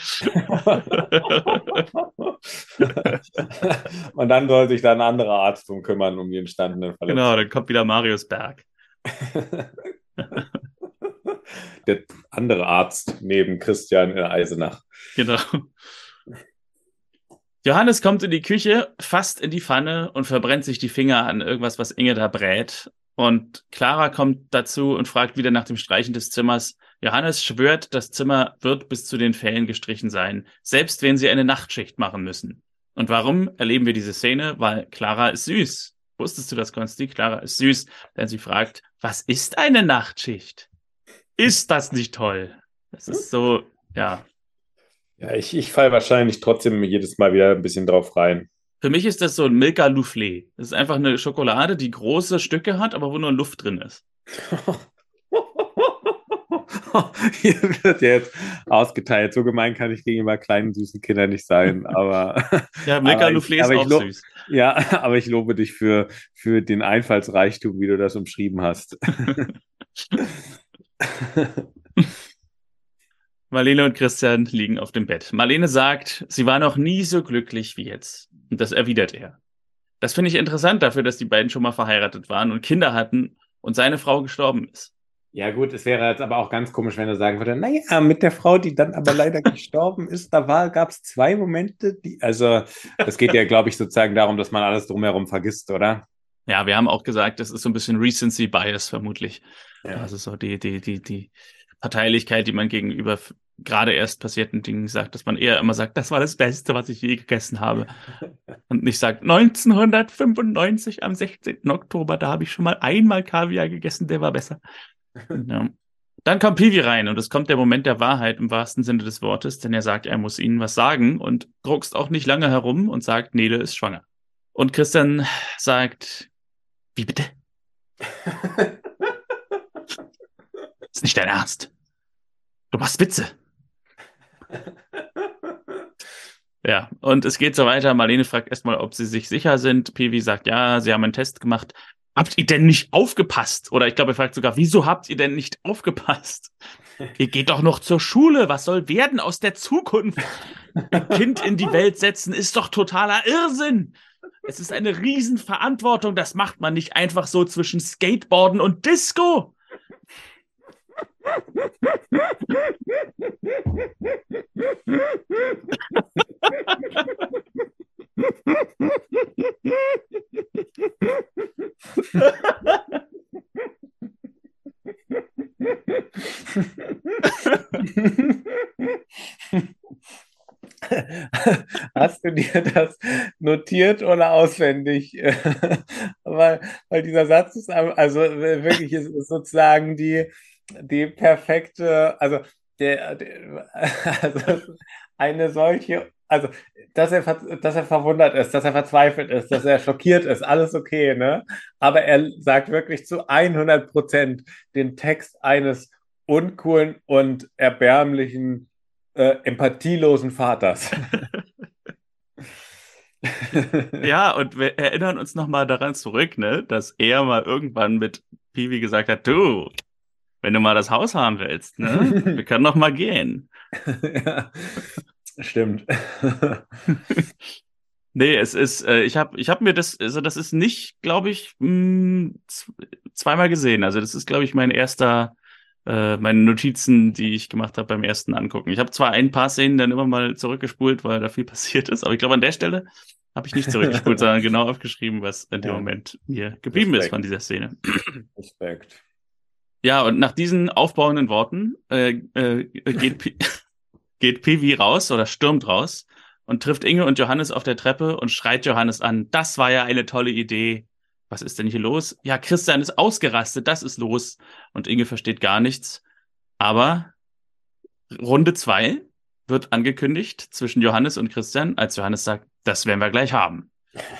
Und dann soll sich da ein anderer Arzt drum kümmern, um die entstandenen Genau, Verletzungen. dann kommt wieder Marius Berg. Der andere Arzt neben Christian in Eisenach. Genau. Johannes kommt in die Küche, fasst in die Pfanne und verbrennt sich die Finger an irgendwas, was Inge da brät. Und Clara kommt dazu und fragt wieder nach dem Streichen des Zimmers. Johannes schwört, das Zimmer wird bis zu den Ferien gestrichen sein, selbst wenn sie eine Nachtschicht machen müssen. Und warum erleben wir diese Szene? Weil Clara ist süß. Wusstest du das, Konsti? Clara ist süß, denn sie fragt, was ist eine Nachtschicht? Ist das nicht toll? Das ist so, ja. Ja, ich falle wahrscheinlich trotzdem jedes Mal wieder ein bisschen drauf rein. Für mich ist das so ein Milka Soufflé. Das ist einfach eine Schokolade, die große Stücke hat, aber wo nur Luft drin ist. Hier wird ja jetzt ausgeteilt. So gemein kann ich gegenüber kleinen, süßen Kindern nicht sein. Aber, Ja, Milka aber, Soufflé ist auch süß. ja, aber ich lobe dich für den Einfallsreichtum, wie du das umschrieben hast. Marlene und Christian liegen auf dem Bett. Marlene sagt, sie war noch nie so glücklich wie jetzt. Und das erwidert er. Das finde ich interessant dafür, dass die beiden schon mal verheiratet waren und Kinder hatten und seine Frau gestorben ist. Ja, gut, es wäre jetzt aber auch ganz komisch, wenn er sagen würde, naja, mit der Frau, die dann aber leider gestorben ist, gab es zwei Momente, also das geht ja, glaube ich, sozusagen darum, dass man alles drumherum vergisst, oder? Ja, wir haben auch gesagt, das ist so ein bisschen Recency Bias vermutlich. Ja. Also so die Parteilichkeit, die man gegenüber gerade erst passierten Dingen sagt, dass man eher immer sagt, das war das Beste, was ich je gegessen habe. Und nicht sagt, 1995 am 16. Oktober, da habe ich schon mal einmal Kaviar gegessen, der war besser. Ja. Dann kommt Piwi rein und es kommt der Moment der Wahrheit im wahrsten Sinne des Wortes, denn er sagt, er muss ihnen was sagen und druckst auch nicht lange herum und sagt, Nele ist schwanger. Und Christian sagt, wie bitte? Ist nicht dein Ernst. Du machst Witze. Ja, und es geht so weiter. Marlene fragt erstmal, ob sie sich sicher sind. Piwi sagt, ja, sie haben einen Test gemacht. Habt ihr denn nicht aufgepasst? Oder ich glaube, er fragt sogar, wieso habt ihr denn nicht aufgepasst? Ihr geht doch noch zur Schule. Was soll werden aus der Zukunft? Ein Kind in die Welt setzen ist doch totaler Irrsinn. Es ist eine Riesenverantwortung. Das macht man nicht einfach so zwischen Skateboarden und Disco. Hast du dir das notiert oder auswendig? Weil dieser Satz ist also wirklich ist sozusagen die perfekte, also eine solche, also dass er verwundert ist, dass er verzweifelt ist, dass er schockiert ist, alles okay, ne? Aber er sagt wirklich zu 100% den Text eines uncoolen und erbärmlichen empathielosen Vaters. Ja, und wir erinnern uns nochmal daran zurück, ne, dass er mal irgendwann mit Piwi gesagt hat, du, wenn du mal das Haus haben willst, ne, wir können noch mal gehen. Ja, stimmt. Nee, es ist, ich hab mir das, also das ist nicht, glaube ich, zweimal gesehen. Also das ist, glaube ich, meine Notizen, die ich gemacht habe beim ersten Angucken. Ich habe zwar ein paar Szenen dann immer mal zurückgespult, weil da viel passiert ist, aber ich glaube, an der Stelle habe ich nicht zurückgespult, sondern genau aufgeschrieben, was in dem Moment mir geblieben ist von dieser Szene. Respekt. Ja, und nach diesen aufbauenden Worten geht Piwi raus oder stürmt raus und trifft Inge und Johannes auf der Treppe und schreit Johannes an. Das war ja eine tolle Idee. Was ist denn hier los? Ja, Christian ist ausgerastet, das ist los. Und Inge versteht gar nichts. Aber Runde 2 wird angekündigt zwischen Johannes und Christian, als Johannes sagt, das werden wir gleich haben.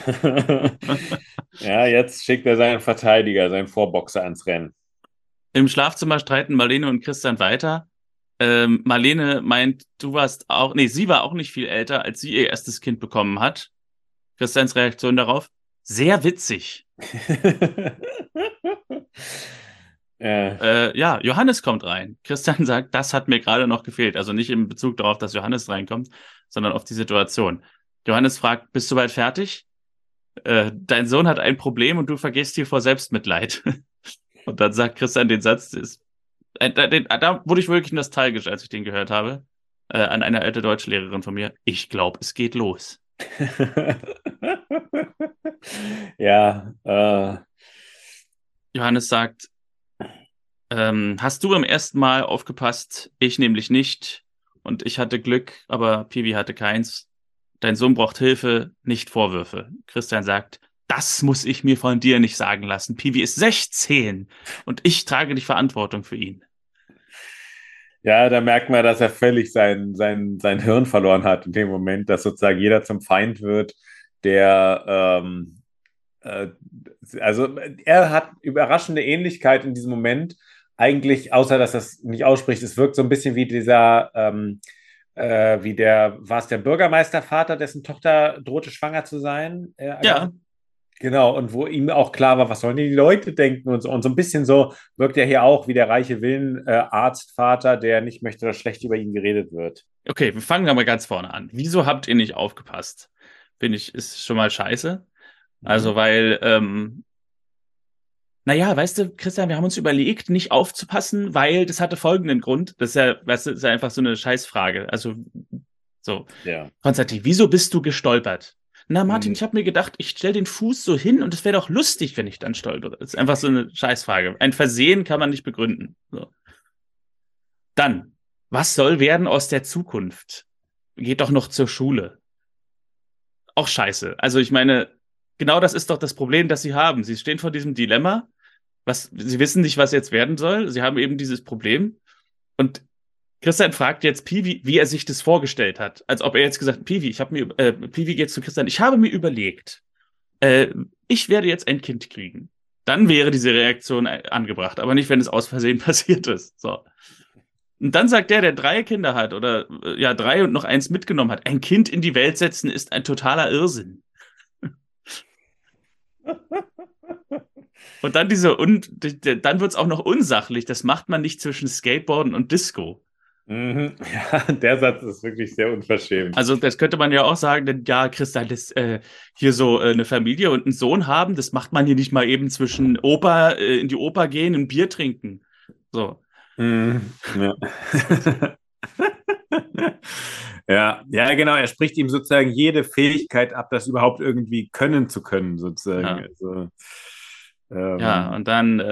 Ja, jetzt schickt er seinen Verteidiger, seinen Vorboxer ans Rennen. Im Schlafzimmer streiten Marlene und Christian weiter. Marlene meint, sie war auch nicht viel älter, als sie ihr erstes Kind bekommen hat. Christians Reaktion darauf, sehr witzig. Johannes kommt rein. Christian sagt, das hat mir gerade noch gefehlt. Also nicht in Bezug darauf, dass Johannes reinkommt, sondern auf die Situation. Johannes fragt, bist du bald fertig? Dein Sohn hat ein Problem und du vergehst hier vor Selbstmitleid. Und dann sagt Christian den Satz, da wurde ich wirklich nostalgisch, als ich den gehört habe, an eine alte Deutschlehrerin von mir. Ich glaube, es geht los. Ja. Johannes sagt, hast du beim ersten Mal aufgepasst? Ich nämlich nicht. Und ich hatte Glück, aber Piwi hatte keins. Dein Sohn braucht Hilfe, nicht Vorwürfe. Christian sagt, das muss ich mir von dir nicht sagen lassen. Piwi ist 16 und ich trage die Verantwortung für ihn. Ja, da merkt man, dass er völlig sein Hirn verloren hat in dem Moment, dass sozusagen jeder zum Feind wird, also er hat überraschende Ähnlichkeit in diesem Moment, eigentlich, außer dass das nicht ausspricht, es wirkt so ein bisschen wie war es der Bürgermeistervater, dessen Tochter drohte schwanger zu sein? Ja. Genau, und wo ihm auch klar war, was sollen die Leute denken und so. Und so ein bisschen so wirkt er hier auch wie der reiche Arztvater, der nicht möchte, dass schlecht über ihn geredet wird. Okay, wir fangen aber ganz vorne an. Wieso habt ihr nicht aufgepasst? Finde ich, ist schon mal scheiße. Also, weil, weißt du, Christian, wir haben uns überlegt, nicht aufzupassen, weil das hatte folgenden Grund. Das ist ja, weißt du, ist ja einfach so eine Scheißfrage. Also, so. Ja. Konstantin, wieso bist du gestolpert? Na, Martin, ich habe mir gedacht, ich stelle den Fuß so hin und es wäre doch lustig, wenn ich dann stolpere. Das ist einfach so eine Scheißfrage. Ein Versehen kann man nicht begründen. So. Dann, was soll werden aus der Zukunft? Geht doch noch zur Schule. Auch scheiße. Also ich meine, genau das ist doch das Problem, das sie haben. Sie stehen vor diesem Dilemma. Sie wissen nicht, was jetzt werden soll. Sie haben eben dieses Problem. Und Christian fragt jetzt Piwi, wie er sich das vorgestellt hat. Als ob er jetzt gesagt hat, Piwi geht zu Christian, ich habe mir überlegt, ich werde jetzt ein Kind kriegen. Dann wäre diese Reaktion angebracht, aber nicht, wenn es aus Versehen passiert ist. So. Und dann sagt der 3 Kinder hat oder 3 und noch eins mitgenommen hat, ein Kind in die Welt setzen ist ein totaler Irrsinn. Und dann dann wird es auch noch unsachlich. Das macht man nicht zwischen Skateboarden und Disco. Mhm. Ja, der Satz ist wirklich sehr unverschämt. Also das könnte man ja auch sagen, denn ja, Christian, das hier so eine Familie und einen Sohn haben, das macht man hier nicht mal eben zwischen in die Oper gehen und Bier trinken. So. Mhm. Ja. Ja, genau. Er spricht ihm sozusagen jede Fähigkeit ab, das überhaupt irgendwie können zu können, sozusagen. Ja. Also, und dann,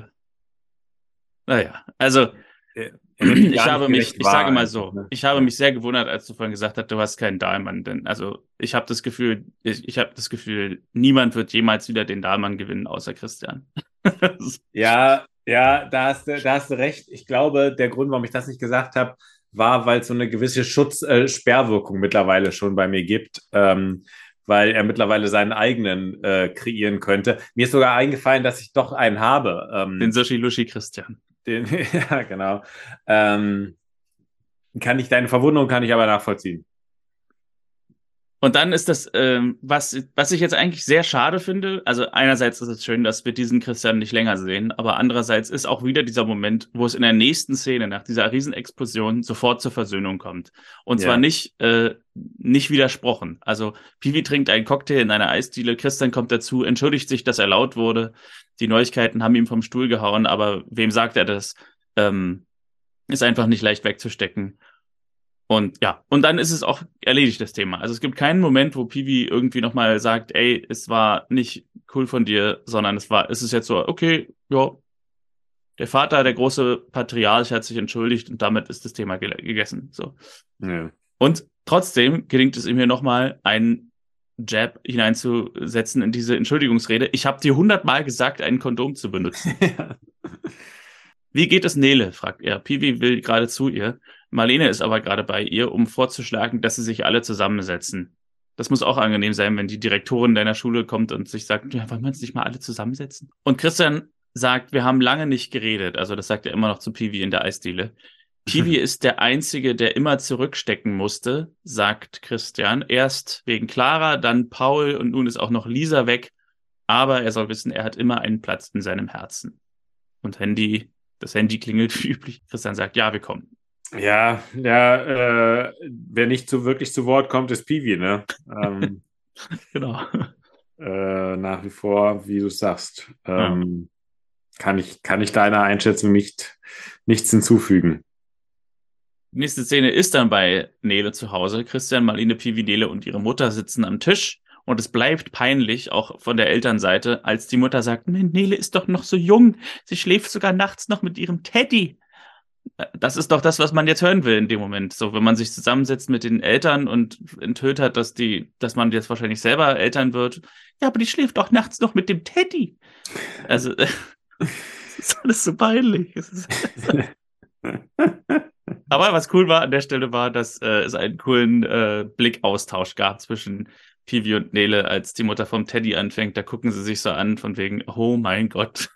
also ich habe mich sehr gewundert, als du vorhin gesagt hast, du hast keinen Dahlmann, denn also ich habe das Gefühl, niemand wird jemals wieder den Dahlmann gewinnen, außer Christian. Ja, da hast du recht. Ich glaube, der Grund, warum ich das nicht gesagt habe, war, weil es so eine gewisse Sperrwirkung mittlerweile schon bei mir gibt, weil er mittlerweile seinen eigenen kreieren könnte. Mir ist sogar eingefallen, dass ich doch einen habe. Den Sushi-Lushi Christian. Ja, genau. Deine Verwunderung kann ich aber nachvollziehen. Und dann ist das, was ich jetzt eigentlich sehr schade finde, also einerseits ist es schön, dass wir diesen Christian nicht länger sehen, aber andererseits ist auch wieder dieser Moment, wo es in der nächsten Szene nach dieser Riesenexplosion sofort zur Versöhnung kommt. Und zwar nicht widersprochen. Also Piwi trinkt einen Cocktail in einer Eisdiele, Christian kommt dazu, entschuldigt sich, dass er laut wurde. Die Neuigkeiten haben ihm vom Stuhl gehauen, aber wem sagt er das? Ist einfach nicht leicht wegzustecken. Und dann ist es auch erledigt, das Thema. Also es gibt keinen Moment, wo Piwi irgendwie nochmal sagt, ey, es war nicht cool von dir, sondern es ist jetzt so, okay, ja, der Vater, der große Patriarch hat sich entschuldigt und damit ist das Thema gegessen. So. Ja. Und Trotzdem gelingt es ihm hier nochmal, einen Jab hineinzusetzen in diese Entschuldigungsrede. Ich habe dir 100-mal gesagt, ein Kondom zu benutzen. Wie geht es Nele, fragt er. Peewee will gerade zu ihr. Marlene ist aber gerade bei ihr, um vorzuschlagen, dass sie sich alle zusammensetzen. Das muss auch angenehm sein, wenn die Direktorin deiner Schule kommt und sich sagt, ja, wollen wir uns nicht mal alle zusammensetzen? Und Christian sagt, wir haben lange nicht geredet. Also das sagt er immer noch zu Peewee in der Eisdiele. Peewee ist der Einzige, der immer zurückstecken musste, sagt Christian. Erst wegen Clara, dann Paul und nun ist auch noch Lisa weg. Aber er soll wissen, er hat immer einen Platz in seinem Herzen. Und das Handy klingelt wie üblich. Christian sagt, ja, wir kommen. Ja, wer nicht so wirklich zu Wort kommt, ist Peewee, ne? Genau. Nach wie vor, wie du sagst, Ja. kann ich deiner Einschätzung nichts hinzufügen. Die nächste Szene ist dann bei Nele zu Hause. Christian, Marlene, Peewee, Nele und ihre Mutter sitzen am Tisch. Und es bleibt peinlich, auch von der Elternseite, als die Mutter sagt, Nele ist doch noch so jung. Sie schläft sogar nachts noch mit ihrem Teddy. Das ist doch das, was man jetzt hören will in dem Moment. So, wenn man sich zusammensetzt mit den Eltern und enthüllt hat, dass man jetzt wahrscheinlich selber Eltern wird. Ja, aber die schläft doch nachts noch mit dem Teddy. Also, das ist alles so peinlich. Aber was cool war an der Stelle war, dass es einen coolen Blickaustausch gab zwischen Peewee und Nele, als die Mutter vom Teddy anfängt. Da gucken sie sich so an von wegen, oh mein Gott.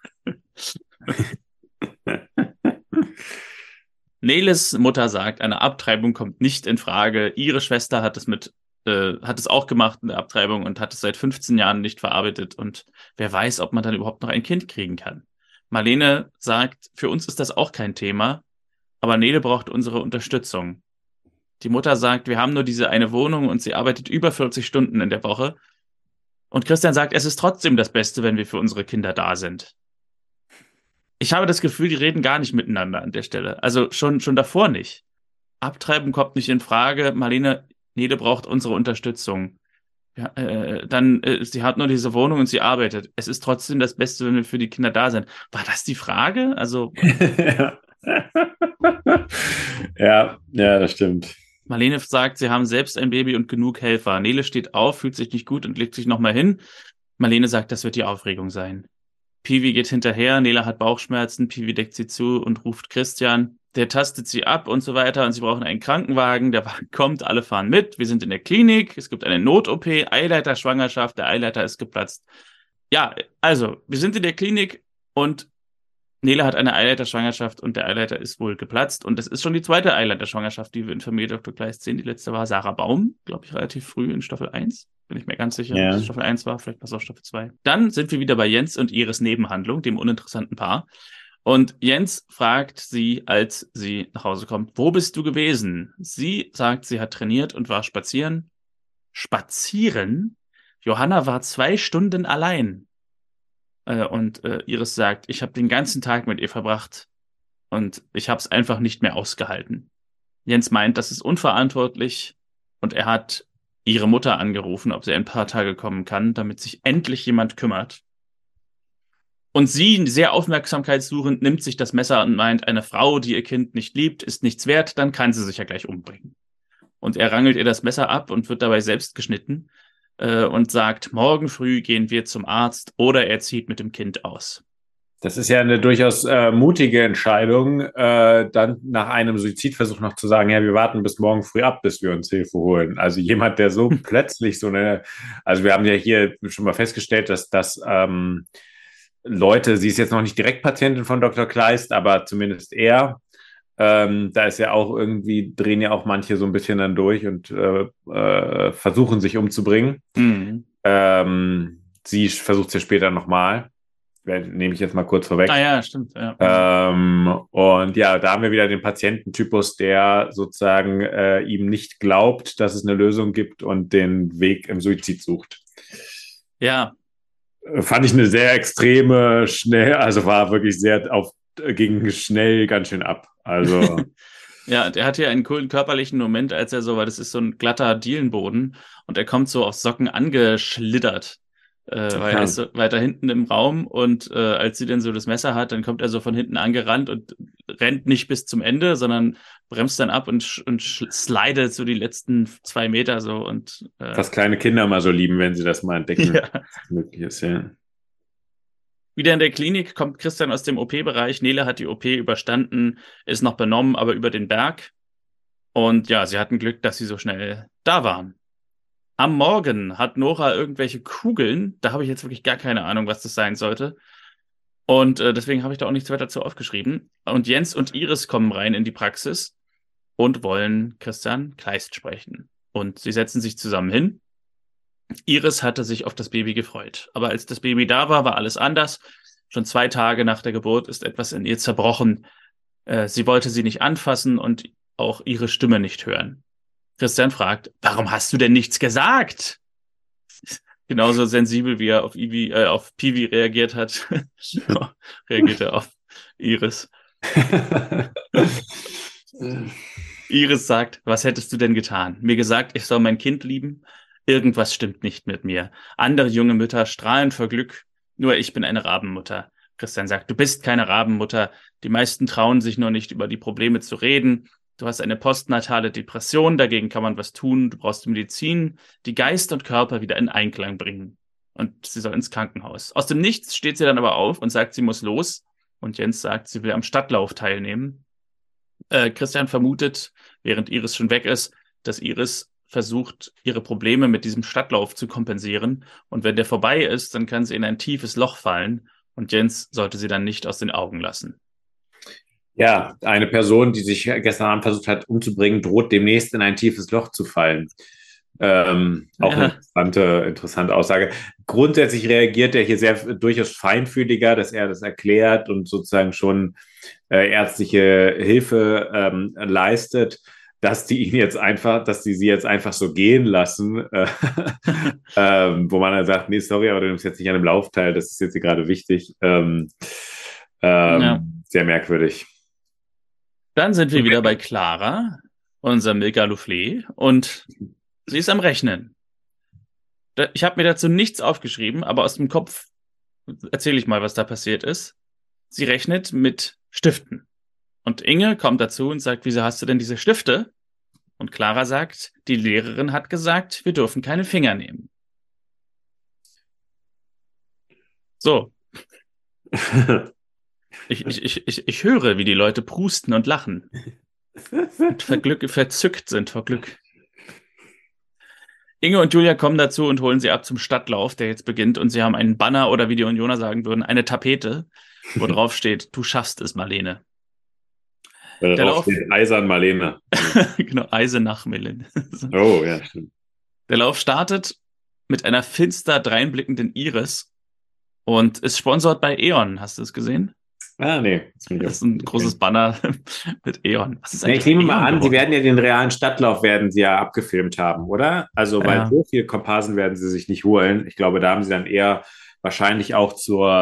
Neles Mutter sagt, eine Abtreibung kommt nicht in Frage. Ihre Schwester hat es auch gemacht, eine Abtreibung, und hat es seit 15 Jahren nicht verarbeitet. Und wer weiß, ob man dann überhaupt noch ein Kind kriegen kann. Marlene sagt, für uns ist das auch kein Thema, aber Nele braucht unsere Unterstützung. Die Mutter sagt, wir haben nur diese eine Wohnung und sie arbeitet über 40 Stunden in der Woche. Und Christian sagt, es ist trotzdem das Beste, wenn wir für unsere Kinder da sind. Ich habe das Gefühl, die reden gar nicht miteinander an der Stelle. Also schon davor nicht. Abtreiben kommt nicht in Frage. Nele braucht unsere Unterstützung. Ja, sie hat nur diese Wohnung und sie arbeitet. Es ist trotzdem das Beste, wenn wir für die Kinder da sind. War das die Frage? Also. Ja, das stimmt. Marlene sagt, sie haben selbst ein Baby und genug Helfer. Nele steht auf, fühlt sich nicht gut und legt sich nochmal hin. Marlene sagt, das wird die Aufregung sein. Peewee geht hinterher, Nele hat Bauchschmerzen, Peewee deckt sie zu und ruft Christian. Der tastet sie ab und so weiter und sie brauchen einen Krankenwagen. Der Wagen kommt, alle fahren mit. Wir sind in der Klinik, es gibt eine Not-OP, Eileiterschwangerschaft, der Eileiter ist geplatzt. Ja, also, wir sind in der Klinik und Nele hat eine Eileiterschwangerschaft und der Eileiter ist wohl geplatzt. Und das ist schon die zweite Eileiterschwangerschaft, die wir in Familie Dr. Kleist sehen. Die letzte war Sarah Baum, glaube ich, relativ früh in Staffel 1. Bin ich mir ganz sicher, Ja. dass es Staffel 1 war, vielleicht war es auch Staffel 2. Dann sind wir wieder bei Jens und Iris Nebenhandlung, dem uninteressanten Paar. Und Jens fragt sie, als sie nach Hause kommt, wo bist du gewesen? Sie sagt, sie hat trainiert und war spazieren. Spazieren? Johanna war 2 Stunden allein. Und Iris sagt, ich habe den ganzen Tag mit ihr verbracht und ich habe es einfach nicht mehr ausgehalten. Jens meint, das ist unverantwortlich und er hat ihre Mutter angerufen, ob sie ein paar Tage kommen kann, damit sich endlich jemand kümmert. Und sie, sehr aufmerksamkeitssuchend, nimmt sich das Messer und meint, eine Frau, die ihr Kind nicht liebt, ist nichts wert, dann kann sie sich ja gleich umbringen. Und er rangelt ihr das Messer ab und wird dabei selbst geschnitten und sagt, morgen früh gehen wir zum Arzt oder er zieht mit dem Kind aus. Das ist ja eine durchaus mutige Entscheidung, dann nach einem Suizidversuch noch zu sagen, ja, wir warten bis morgen früh ab, bis wir uns Hilfe holen. Also jemand, der so plötzlich also wir haben ja hier schon mal festgestellt, dass Leute, sie ist jetzt noch nicht direkt Patientin von Dr. Kleist, aber zumindest er, da ist ja auch irgendwie, drehen ja auch manche so ein bisschen dann durch und versuchen sich umzubringen. Mhm. Sie versucht es ja später nochmal. Nehme ich jetzt mal kurz vorweg. Ah ja, stimmt. Ja. Und ja, da haben wir wieder den Patiententypus, der sozusagen ihm nicht glaubt, dass es eine Lösung gibt und den Weg im Suizid sucht. Ja. Fand ich eine sehr extreme, also war wirklich ging schnell ganz schön ab. Also. Ja, der hat hier einen coolen körperlichen Moment, weil das ist so ein glatter Dielenboden und er kommt so auf Socken angeschlittert weil er ist so weiter hinten im Raum und als sie dann so das Messer hat, dann kommt er so von hinten angerannt und rennt nicht bis zum Ende, sondern bremst dann ab und slidet so die letzten 2 Meter so und was kleine Kinder mal so lieben, wenn sie das mal entdecken, ja. was möglich ist, ja. Wieder in der Klinik kommt Christian aus dem OP-Bereich. Nele hat die OP überstanden, ist noch benommen, aber über den Berg. Und ja, sie hatten Glück, dass sie so schnell da waren. Am Morgen hat Nora irgendwelche Kugeln. Da habe ich jetzt wirklich gar keine Ahnung, was das sein sollte. Und deswegen habe ich da auch nichts weiter dazu aufgeschrieben. Und Jens und Iris kommen rein in die Praxis und wollen Christian Kleist sprechen. Und sie setzen sich zusammen hin. Iris hatte sich auf das Baby gefreut. Aber als das Baby da war, war alles anders. Schon 2 Tage nach der Geburt ist etwas in ihr zerbrochen. Sie wollte sie nicht anfassen und auch ihre Stimme nicht hören. Christian fragt, warum hast du denn nichts gesagt? Genauso sensibel, wie er auf Piwi reagiert hat, reagiert er auf Iris. Iris sagt, was hättest du denn getan? Mir gesagt, ich soll mein Kind lieben? Irgendwas stimmt nicht mit mir. Andere junge Mütter strahlen vor Glück, nur ich bin eine Rabenmutter. Christian sagt, du bist keine Rabenmutter. Die meisten trauen sich nur nicht, über die Probleme zu reden. Du hast eine postnatale Depression, dagegen kann man was tun. Du brauchst Medizin, die Geist und Körper wieder in Einklang bringen. Und sie soll ins Krankenhaus. Aus dem Nichts steht sie dann aber auf und sagt, sie muss los. Und Jens sagt, sie will am Stadtlauf teilnehmen. Christian vermutet, während Iris schon weg ist, dass Iris versucht, ihre Probleme mit diesem Stadtlauf zu kompensieren. Und wenn der vorbei ist, dann kann sie in ein tiefes Loch fallen. Und Jens sollte sie dann nicht aus den Augen lassen. Ja, eine Person, die sich gestern Abend versucht hat umzubringen, droht demnächst in ein tiefes Loch zu fallen. Auch eine interessante Aussage. Grundsätzlich reagiert er hier durchaus feinfühliger, dass er das erklärt und sozusagen schon ärztliche Hilfe leistet, dass die sie jetzt einfach so gehen lassen, wo man dann sagt, nee, sorry, aber du nimmst jetzt nicht an dem Lauf teil, das ist jetzt hier gerade wichtig. Sehr merkwürdig. Dann sind wir wieder bei Clara, unser Milka Louflé, und sie ist am Rechnen. Ich habe mir dazu nichts aufgeschrieben, aber aus dem Kopf erzähle ich mal, was da passiert ist. Sie rechnet mit Stiften. Und Inge kommt dazu und sagt, wieso hast du denn diese Stifte? Und Clara sagt, die Lehrerin hat gesagt, wir dürfen keine Finger nehmen. So. Ich höre, wie die Leute prusten und lachen. Und verzückt sind vor Glück. Inge und Julia kommen dazu und holen sie ab zum Stadtlauf, der jetzt beginnt. Und sie haben einen Banner oder wie die Unioner sagen würden, eine Tapete, wo drauf steht, du schaffst es, Marlene. Der Lauf steht Eisern Marlene. Genau, Eisenach Marlene. Oh, ja, stimmt. Der Lauf startet mit einer finster dreinblickenden Iris und ist sponsort bei E.ON. Hast du es gesehen? Ah, nee. Das ist ein großes Banner mit E.ON. Ich nehme mal an, sie werden ja den realen Stadtlauf abgefilmt haben, oder? Also, weil so viel Komparsen werden sie sich nicht holen. Ich glaube, da haben sie dann eher wahrscheinlich auch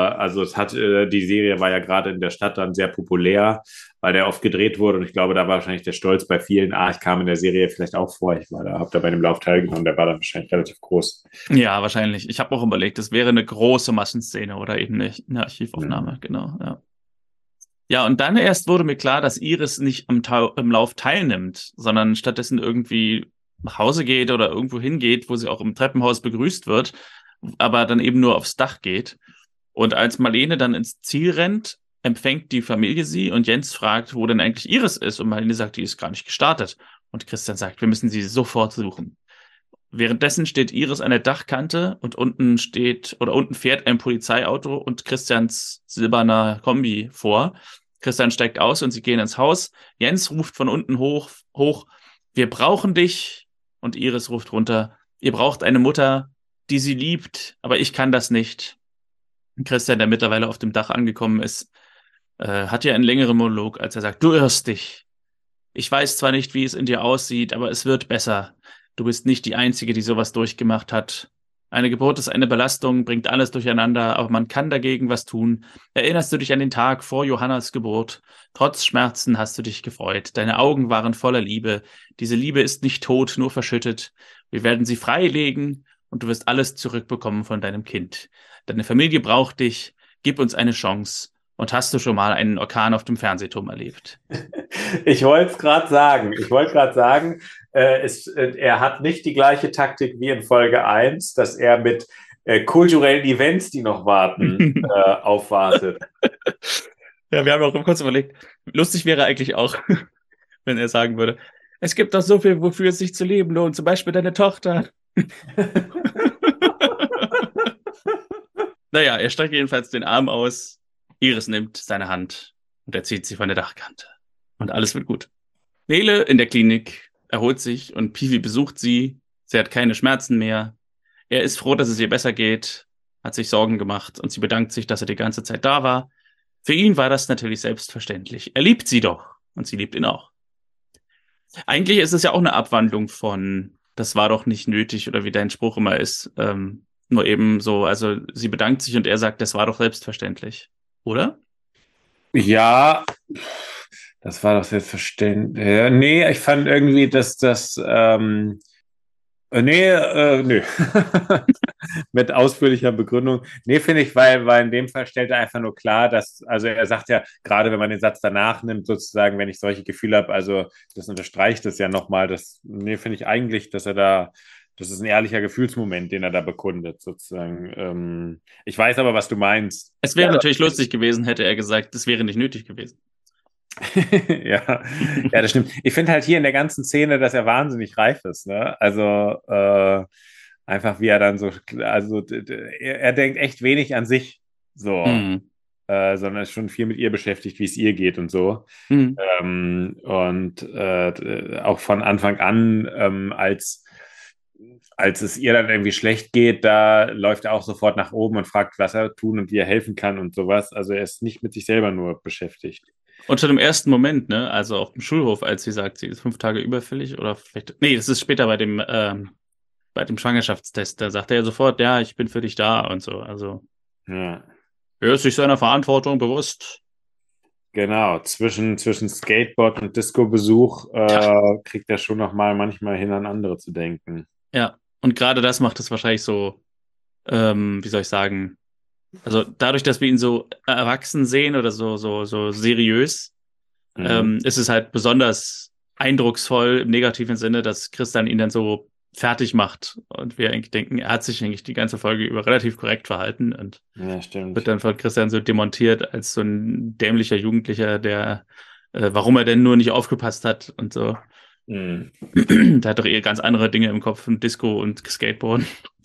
die Serie war ja gerade in der Stadt dann sehr populär, weil der oft gedreht wurde und ich glaube, da war wahrscheinlich der Stolz bei vielen, ich kam in der Serie vielleicht auch vor, habe da bei dem Lauf teilgenommen, der war dann wahrscheinlich relativ groß. Ja, wahrscheinlich. Ich habe auch überlegt, es wäre eine große Massenszene oder eben eine Archivaufnahme, genau, ja. Ja, und dann erst wurde mir klar, dass Iris nicht im Lauf teilnimmt, sondern stattdessen irgendwie nach Hause geht oder irgendwo hingeht, wo sie auch im Treppenhaus begrüßt wird, aber dann eben nur aufs Dach geht. Und als Marlene dann ins Ziel rennt, empfängt die Familie sie und Jens fragt, wo denn eigentlich Iris ist. Und Marlene sagt, die ist gar nicht gestartet. Und Christian sagt, wir müssen sie sofort suchen. Währenddessen steht Iris an der Dachkante und unten fährt ein Polizeiauto und Christians silberner Kombi vor. Christian steigt aus und sie gehen ins Haus. Jens ruft von unten hoch, wir brauchen dich. Und Iris ruft runter, ihr braucht eine Mutter, die sie liebt, aber ich kann das nicht. Christian, der mittlerweile auf dem Dach angekommen ist, hat ja einen längeren Monolog, als er sagt, du irrst dich. Ich weiß zwar nicht, wie es in dir aussieht, aber es wird besser. Du bist nicht die Einzige, die sowas durchgemacht hat. Eine Geburt ist eine Belastung, bringt alles durcheinander, aber man kann dagegen was tun. Erinnerst du dich an den Tag vor Johannas Geburt? Trotz Schmerzen hast du dich gefreut. Deine Augen waren voller Liebe. Diese Liebe ist nicht tot, nur verschüttet. Wir werden sie freilegen und du wirst alles zurückbekommen von deinem Kind. Deine Familie braucht dich, gib uns eine Chance. Und hast du schon mal einen Orkan auf dem Fernsehturm erlebt? Ich wollte es gerade sagen. Er hat nicht die gleiche Taktik wie in Folge 1, dass er mit kulturellen Events, die noch warten, aufwartet. Ja, wir haben auch kurz überlegt, lustig wäre eigentlich auch, wenn er sagen würde, es gibt doch so viel, wofür es sich zu leben lohnt, zum Beispiel deine Tochter. Naja, er streckt jedenfalls den Arm aus, Iris nimmt seine Hand und er zieht sie von der Dachkante. Und alles wird gut. Nele in der Klinik erholt sich und Peewee besucht sie. Sie hat keine Schmerzen mehr. Er ist froh, dass es ihr besser geht, hat sich Sorgen gemacht und sie bedankt sich, dass er die ganze Zeit da war. Für ihn war das natürlich selbstverständlich. Er liebt sie doch und sie liebt ihn auch. Eigentlich ist es ja auch eine Abwandlung von das war doch nicht nötig oder wie dein Spruch immer ist. Nur eben so, also sie bedankt sich und er sagt, das war doch selbstverständlich. Oder? Ja, das war doch selbstverständlich. Nee, ich fand irgendwie, dass das nö. Mit ausführlicher Begründung. Nee, finde ich, weil in dem Fall stellt er einfach nur klar, dass, also er sagt ja, gerade wenn man den Satz danach nimmt, sozusagen, wenn ich solche Gefühle habe, also das unterstreicht es ja nochmal, finde ich eigentlich, das ist ein ehrlicher Gefühlsmoment, den er da bekundet, sozusagen. Ich weiß aber, was du meinst. Es wäre natürlich lustig gewesen, hätte er gesagt, das wäre nicht nötig gewesen. Ja, das stimmt. Ich finde halt hier in der ganzen Szene, dass er wahnsinnig reif ist, ne? Also einfach wie er dann so, also er denkt echt wenig an sich, so, sondern ist schon viel mit ihr beschäftigt, wie es ihr geht und so. Und auch von Anfang an, als es ihr dann irgendwie schlecht geht, da läuft er auch sofort nach oben und fragt, was er tun und wie er helfen kann und sowas. Also er ist nicht mit sich selber nur beschäftigt. Und schon im ersten Moment, ne, also auf dem Schulhof, als sie sagt, sie ist 5 Tage überfällig oder vielleicht, nee, das ist später bei dem Schwangerschaftstest, da sagt er ja sofort, ja, ich bin für dich da und so, also ja. Er ist sich seiner Verantwortung bewusst. Genau, zwischen Skateboard und Disco-Besuch kriegt er schon noch mal manchmal hin, an andere zu denken. Ja, und gerade das macht es wahrscheinlich so, wie soll ich sagen, also dadurch, dass wir ihn so erwachsen sehen oder so seriös, ist es halt besonders eindrucksvoll im negativen Sinne, dass Christian ihn dann so fertig macht und wir eigentlich denken, er hat sich eigentlich die ganze Folge über relativ korrekt verhalten und wird dann von Christian so demontiert als so ein dämlicher Jugendlicher, der warum er denn nur nicht aufgepasst hat und so. Der hat doch eher ganz andere Dinge im Kopf, Disco und Skateboard.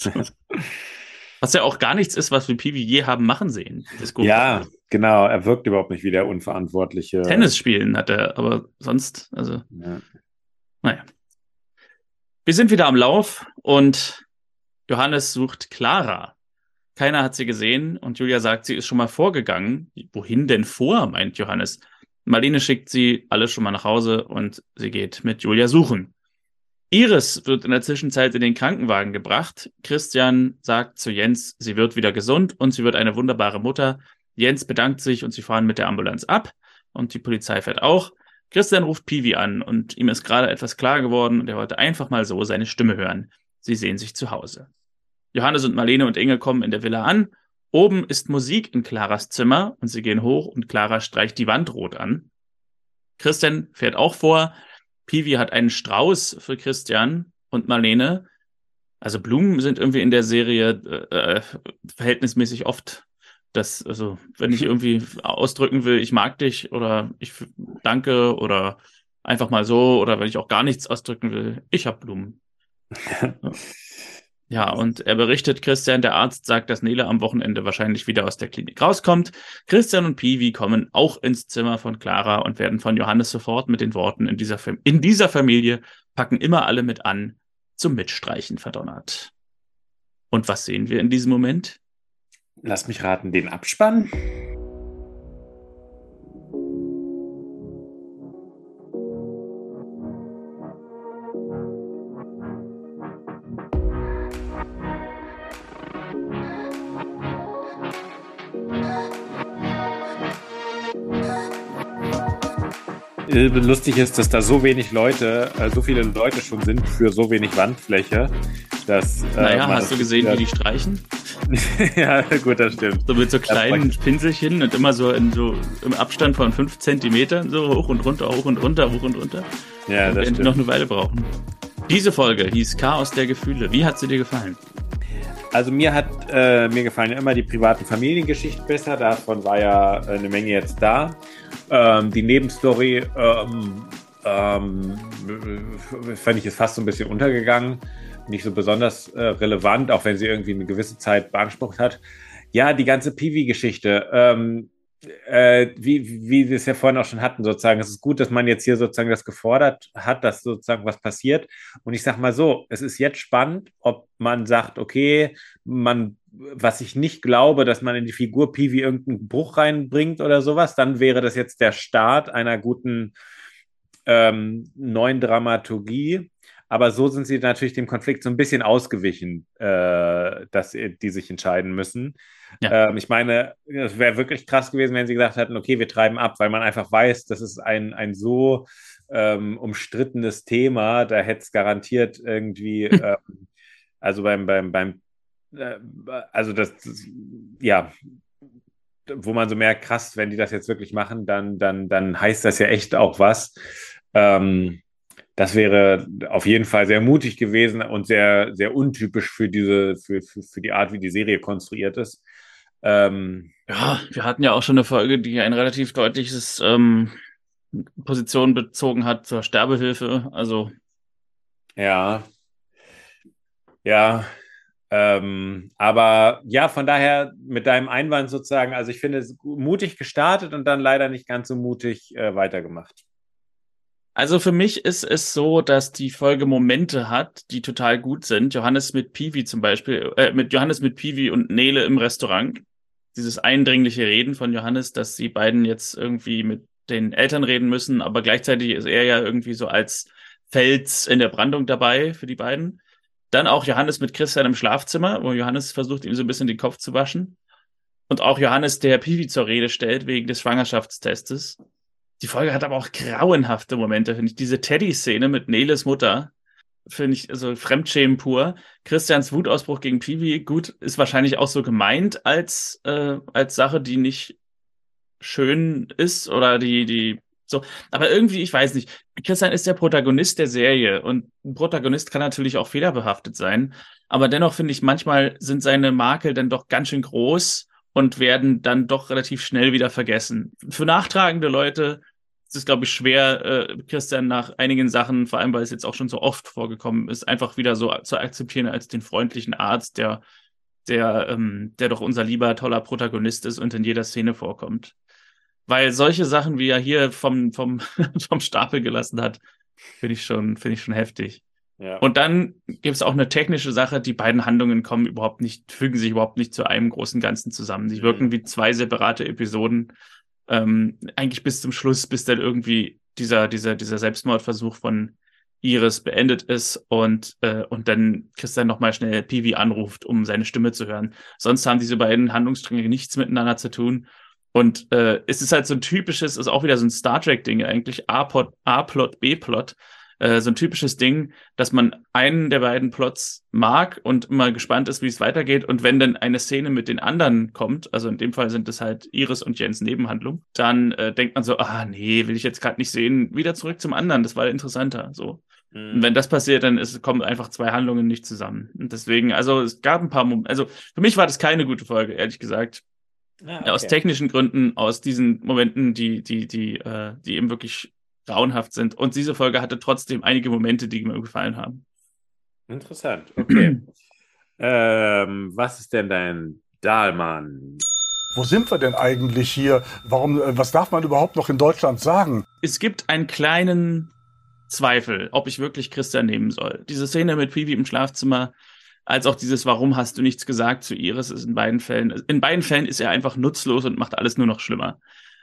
Was ja auch gar nichts ist, was wir Peewee je haben machen sehen. Disco. Ja, genau. Er wirkt überhaupt nicht wie der unverantwortliche. Tennis spielen hat er, aber sonst, also. Ja. Naja. Wir sind wieder am Lauf und Johannes sucht Clara. Keiner hat sie gesehen und Julia sagt, sie ist schon mal vorgegangen. Wohin denn vor, meint Johannes. Marlene schickt sie alle schon mal nach Hause und sie geht mit Julia suchen. Iris wird in der Zwischenzeit in den Krankenwagen gebracht. Christian sagt zu Jens, sie wird wieder gesund und sie wird eine wunderbare Mutter. Jens bedankt sich und sie fahren mit der Ambulanz ab und die Polizei fährt auch. Christian ruft Peewee an und ihm ist gerade etwas klar geworden und er wollte einfach mal so seine Stimme hören. Sie sehen sich zu Hause. Johannes und Marlene und Inge kommen in der Villa an. Oben ist Musik in Claras Zimmer und sie gehen hoch und Clara streicht die Wand rot an. Christian fährt auch vor. Peewee hat einen Strauß für Christian und Marlene. Also Blumen sind irgendwie in der Serie verhältnismäßig oft. Also wenn ich irgendwie ausdrücken will, ich mag dich oder ich danke oder einfach mal so oder wenn ich auch gar nichts ausdrücken will, ich habe Blumen. Ja, und er berichtet Christian, der Arzt sagt, dass Nele am Wochenende wahrscheinlich wieder aus der Klinik rauskommt. Christian und Peewee kommen auch ins Zimmer von Clara und werden von Johannes sofort mit den Worten in dieser Familie packen immer alle mit an, zum Mitstreichen verdonnert. Und was sehen wir in diesem Moment? Lass mich raten, den Abspann? Lustig ist, dass da so wenig Leute, so viele Leute schon sind für so wenig Wandfläche, dass... hast du gesehen, wie die streichen? Ja, gut, das stimmt. So mit so kleinen Pinselchen und immer so im Abstand von 5 Zentimetern, so hoch und runter, hoch und runter, hoch und runter. Ja, das stimmt. Wir noch eine Weile brauchen. Diese Folge hieß Chaos der Gefühle. Wie hat sie dir gefallen? Also mir gefallen ja immer die privaten Familiengeschichten besser. Davon war ja eine Menge jetzt da. Die Nebenstory fand ich ist fast so ein bisschen untergegangen. Nicht so besonders relevant, auch wenn sie irgendwie eine gewisse Zeit beansprucht hat. Ja, die ganze Piwi-Geschichte. Wie wir es ja vorhin auch schon hatten, sozusagen, es ist gut, dass man jetzt hier sozusagen das gefordert hat, dass sozusagen was passiert. Und ich sag mal so, es ist jetzt spannend, ob man sagt, okay, was ich nicht glaube, dass man in die Figur Piwi irgendeinen Bruch reinbringt oder sowas, dann wäre das jetzt der Start einer guten neuen Dramaturgie. Aber so sind sie natürlich dem Konflikt so ein bisschen ausgewichen, dass die sich entscheiden müssen. Ja. Ich meine, es wäre wirklich krass gewesen, wenn sie gesagt hätten, okay, wir treiben ab, weil man einfach weiß, das ist ein so umstrittenes Thema, da hätte es garantiert irgendwie, also ja, wo man so merkt, krass, wenn die das jetzt wirklich machen, dann heißt das ja echt auch was. Das wäre auf jeden Fall sehr mutig gewesen und sehr, sehr untypisch für die Art, wie die Serie konstruiert ist. Ja, wir hatten ja auch schon eine Folge, die ein relativ deutliches Position bezogen hat zur Sterbehilfe. Also ja, aber ja, von daher mit deinem Einwand sozusagen, also ich finde es mutig gestartet und dann leider nicht ganz so mutig weitergemacht. Also für mich ist es so, dass die Folge Momente hat, die total gut sind. Johannes mit Piwi zum Beispiel, mit Piwi und Nele im Restaurant. Dieses eindringliche Reden von Johannes, dass sie beiden jetzt irgendwie mit den Eltern reden müssen, aber gleichzeitig ist er ja irgendwie so als Fels in der Brandung dabei für die beiden. Dann auch Johannes mit Christian im Schlafzimmer, wo Johannes versucht, ihm so ein bisschen den Kopf zu waschen. Und auch Johannes, der Piwi zur Rede stellt wegen des Schwangerschaftstestes. Die Folge hat aber auch grauenhafte Momente, finde ich. Diese Teddy-Szene mit Neles Mutter, finde ich, also Fremdschämen pur. Christians Wutausbruch gegen Piwi, gut, ist wahrscheinlich auch so gemeint als Sache, die nicht schön ist oder die so. Aber irgendwie, ich weiß nicht, Christian ist der Protagonist der Serie und ein Protagonist kann natürlich auch fehlerbehaftet sein. Aber dennoch finde ich, manchmal sind seine Makel dann doch ganz schön groß und werden dann doch relativ schnell wieder vergessen. Für nachtragende Leute ist es, glaube ich, schwer, Christian nach einigen Sachen, vor allem weil es jetzt auch schon so oft vorgekommen ist, einfach wieder so zu akzeptieren als den freundlichen Arzt, der doch unser lieber, toller Protagonist ist und in jeder Szene vorkommt. Weil solche Sachen, wie er hier vom Stapel gelassen hat, finde ich schon heftig. Ja. Und dann gibt es auch eine technische Sache, die beiden Handlungen fügen sich überhaupt nicht zu einem großen Ganzen zusammen. Sie wirken wie zwei separate Episoden, eigentlich bis zum Schluss, bis dann irgendwie dieser Selbstmordversuch von Iris beendet ist und dann Christian nochmal schnell Piwi anruft, um seine Stimme zu hören. Sonst haben diese beiden Handlungsstränge nichts miteinander zu tun. Und es ist halt so ein typisches, ist auch wieder so ein Star Trek-Ding eigentlich, A-Plot, B-Plot. So ein typisches Ding, dass man einen der beiden Plots mag und immer gespannt ist, wie es weitergeht. Und wenn dann eine Szene mit den anderen kommt, also in dem Fall sind es halt Iris und Jens Nebenhandlung, dann denkt man so, nee, will ich jetzt gerade nicht sehen, wieder zurück zum anderen, das war interessanter. So. Und wenn das passiert, dann kommen einfach zwei Handlungen nicht zusammen. Und deswegen, also es gab ein paar Momente, also für mich war das keine gute Folge, ehrlich gesagt. Okay. Aus technischen Gründen, aus diesen Momenten, die eben wirklich grauenhaft sind. Und diese Folge hatte trotzdem einige Momente, die mir gefallen haben. Interessant, okay. Was ist denn dein Dahlmann? Wo sind wir denn eigentlich hier? Was darf man überhaupt noch in Deutschland sagen? Es gibt einen kleinen Zweifel, ob ich wirklich Christian nehmen soll. Diese Szene mit Piwi im Schlafzimmer, als auch dieses Warum hast du nichts gesagt zu Iris, ist in beiden Fällen ist er einfach nutzlos und macht alles nur noch schlimmer.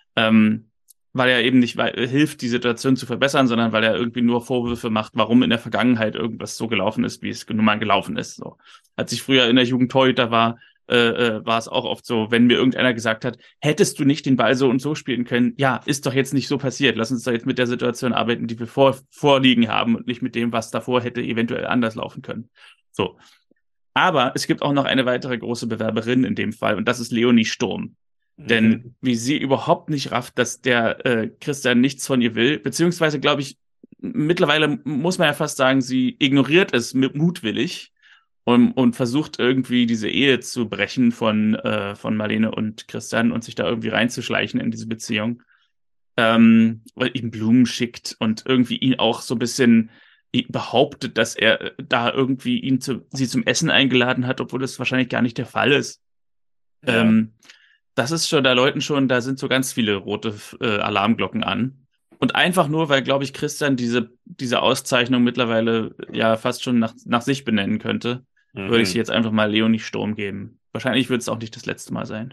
Weil er eben nicht hilft, die Situation zu verbessern, sondern weil er irgendwie nur Vorwürfe macht, warum in der Vergangenheit irgendwas so gelaufen ist, wie es nun mal gelaufen ist. So. Als ich früher in der Jugend Torhüter war, war es auch oft so, wenn mir irgendeiner gesagt hat, hättest du nicht den Ball so und so spielen können, ja, ist doch jetzt nicht so passiert. Lass uns doch jetzt mit der Situation arbeiten, die wir vorliegen haben und nicht mit dem, was davor hätte eventuell anders laufen können. So. Aber es gibt auch noch eine weitere große Bewerberin in dem Fall und das ist Leonie Sturm. Denn wie sie überhaupt nicht rafft, dass der Christian nichts von ihr will, beziehungsweise glaube ich, mittlerweile muss man ja fast sagen, sie ignoriert es mutwillig und versucht irgendwie diese Ehe zu brechen von Marlene und Christian und sich da irgendwie reinzuschleichen in diese Beziehung. Weil ihm Blumen schickt und irgendwie ihn auch so ein bisschen behauptet, dass er da irgendwie sie zum Essen eingeladen hat, obwohl das wahrscheinlich gar nicht der Fall ist. Ja. Das ist schon, da sind so ganz viele rote Alarmglocken an. Und einfach nur, weil, glaube ich, Christian diese Auszeichnung mittlerweile ja fast schon nach sich benennen könnte, würde ich sie jetzt einfach mal Leonie Sturm geben. Wahrscheinlich wird es auch nicht das letzte Mal sein.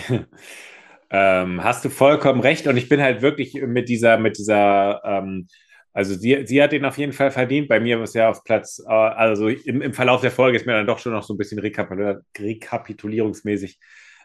Hast du vollkommen recht. Und ich bin halt wirklich mit dieser, also sie hat den auf jeden Fall verdient. Bei mir war es ja auf Platz, also im Verlauf der Folge ist mir dann doch schon noch so ein bisschen rekapitulierungsmäßig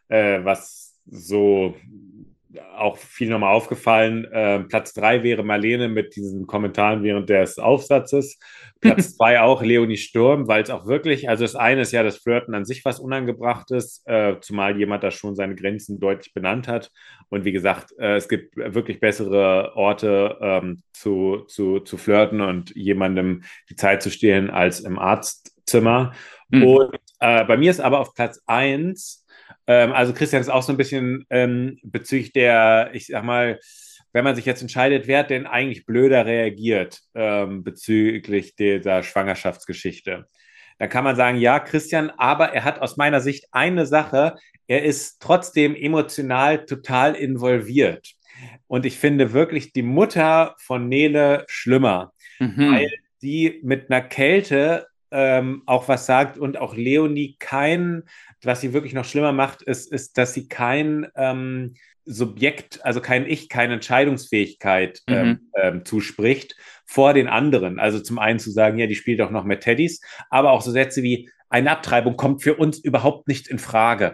was so auch viel nochmal aufgefallen. Platz 3 wäre Marlene mit diesen Kommentaren während des Aufsatzes. Platz 2 auch Leonie Sturm, weil es auch wirklich, also das eine ist ja das Flirten an sich was Unangebrachtes, zumal jemand da schon seine Grenzen deutlich benannt hat. Und wie gesagt, es gibt wirklich bessere Orte zu flirten und jemandem die Zeit zu stehlen als im Arztzimmer. Und bei mir ist aber auf Platz 1 also Christian ist auch so ein bisschen bezüglich ich sag mal, wenn man sich jetzt entscheidet, wer hat denn eigentlich blöder reagiert bezüglich dieser Schwangerschaftsgeschichte. Dann kann man sagen, ja, Christian, aber er hat aus meiner Sicht eine Sache, er ist trotzdem emotional total involviert. Und ich finde wirklich die Mutter von Nele schlimmer, weil die mit einer Kälte auch was sagt und auch Leonie was sie wirklich noch schlimmer macht, ist, dass sie kein Subjekt, also kein Ich, keine Entscheidungsfähigkeit zuspricht vor den anderen. Also zum einen zu sagen, ja, die spielt doch noch mit Teddys, aber auch so Sätze wie, eine Abtreibung kommt für uns überhaupt nicht in Frage.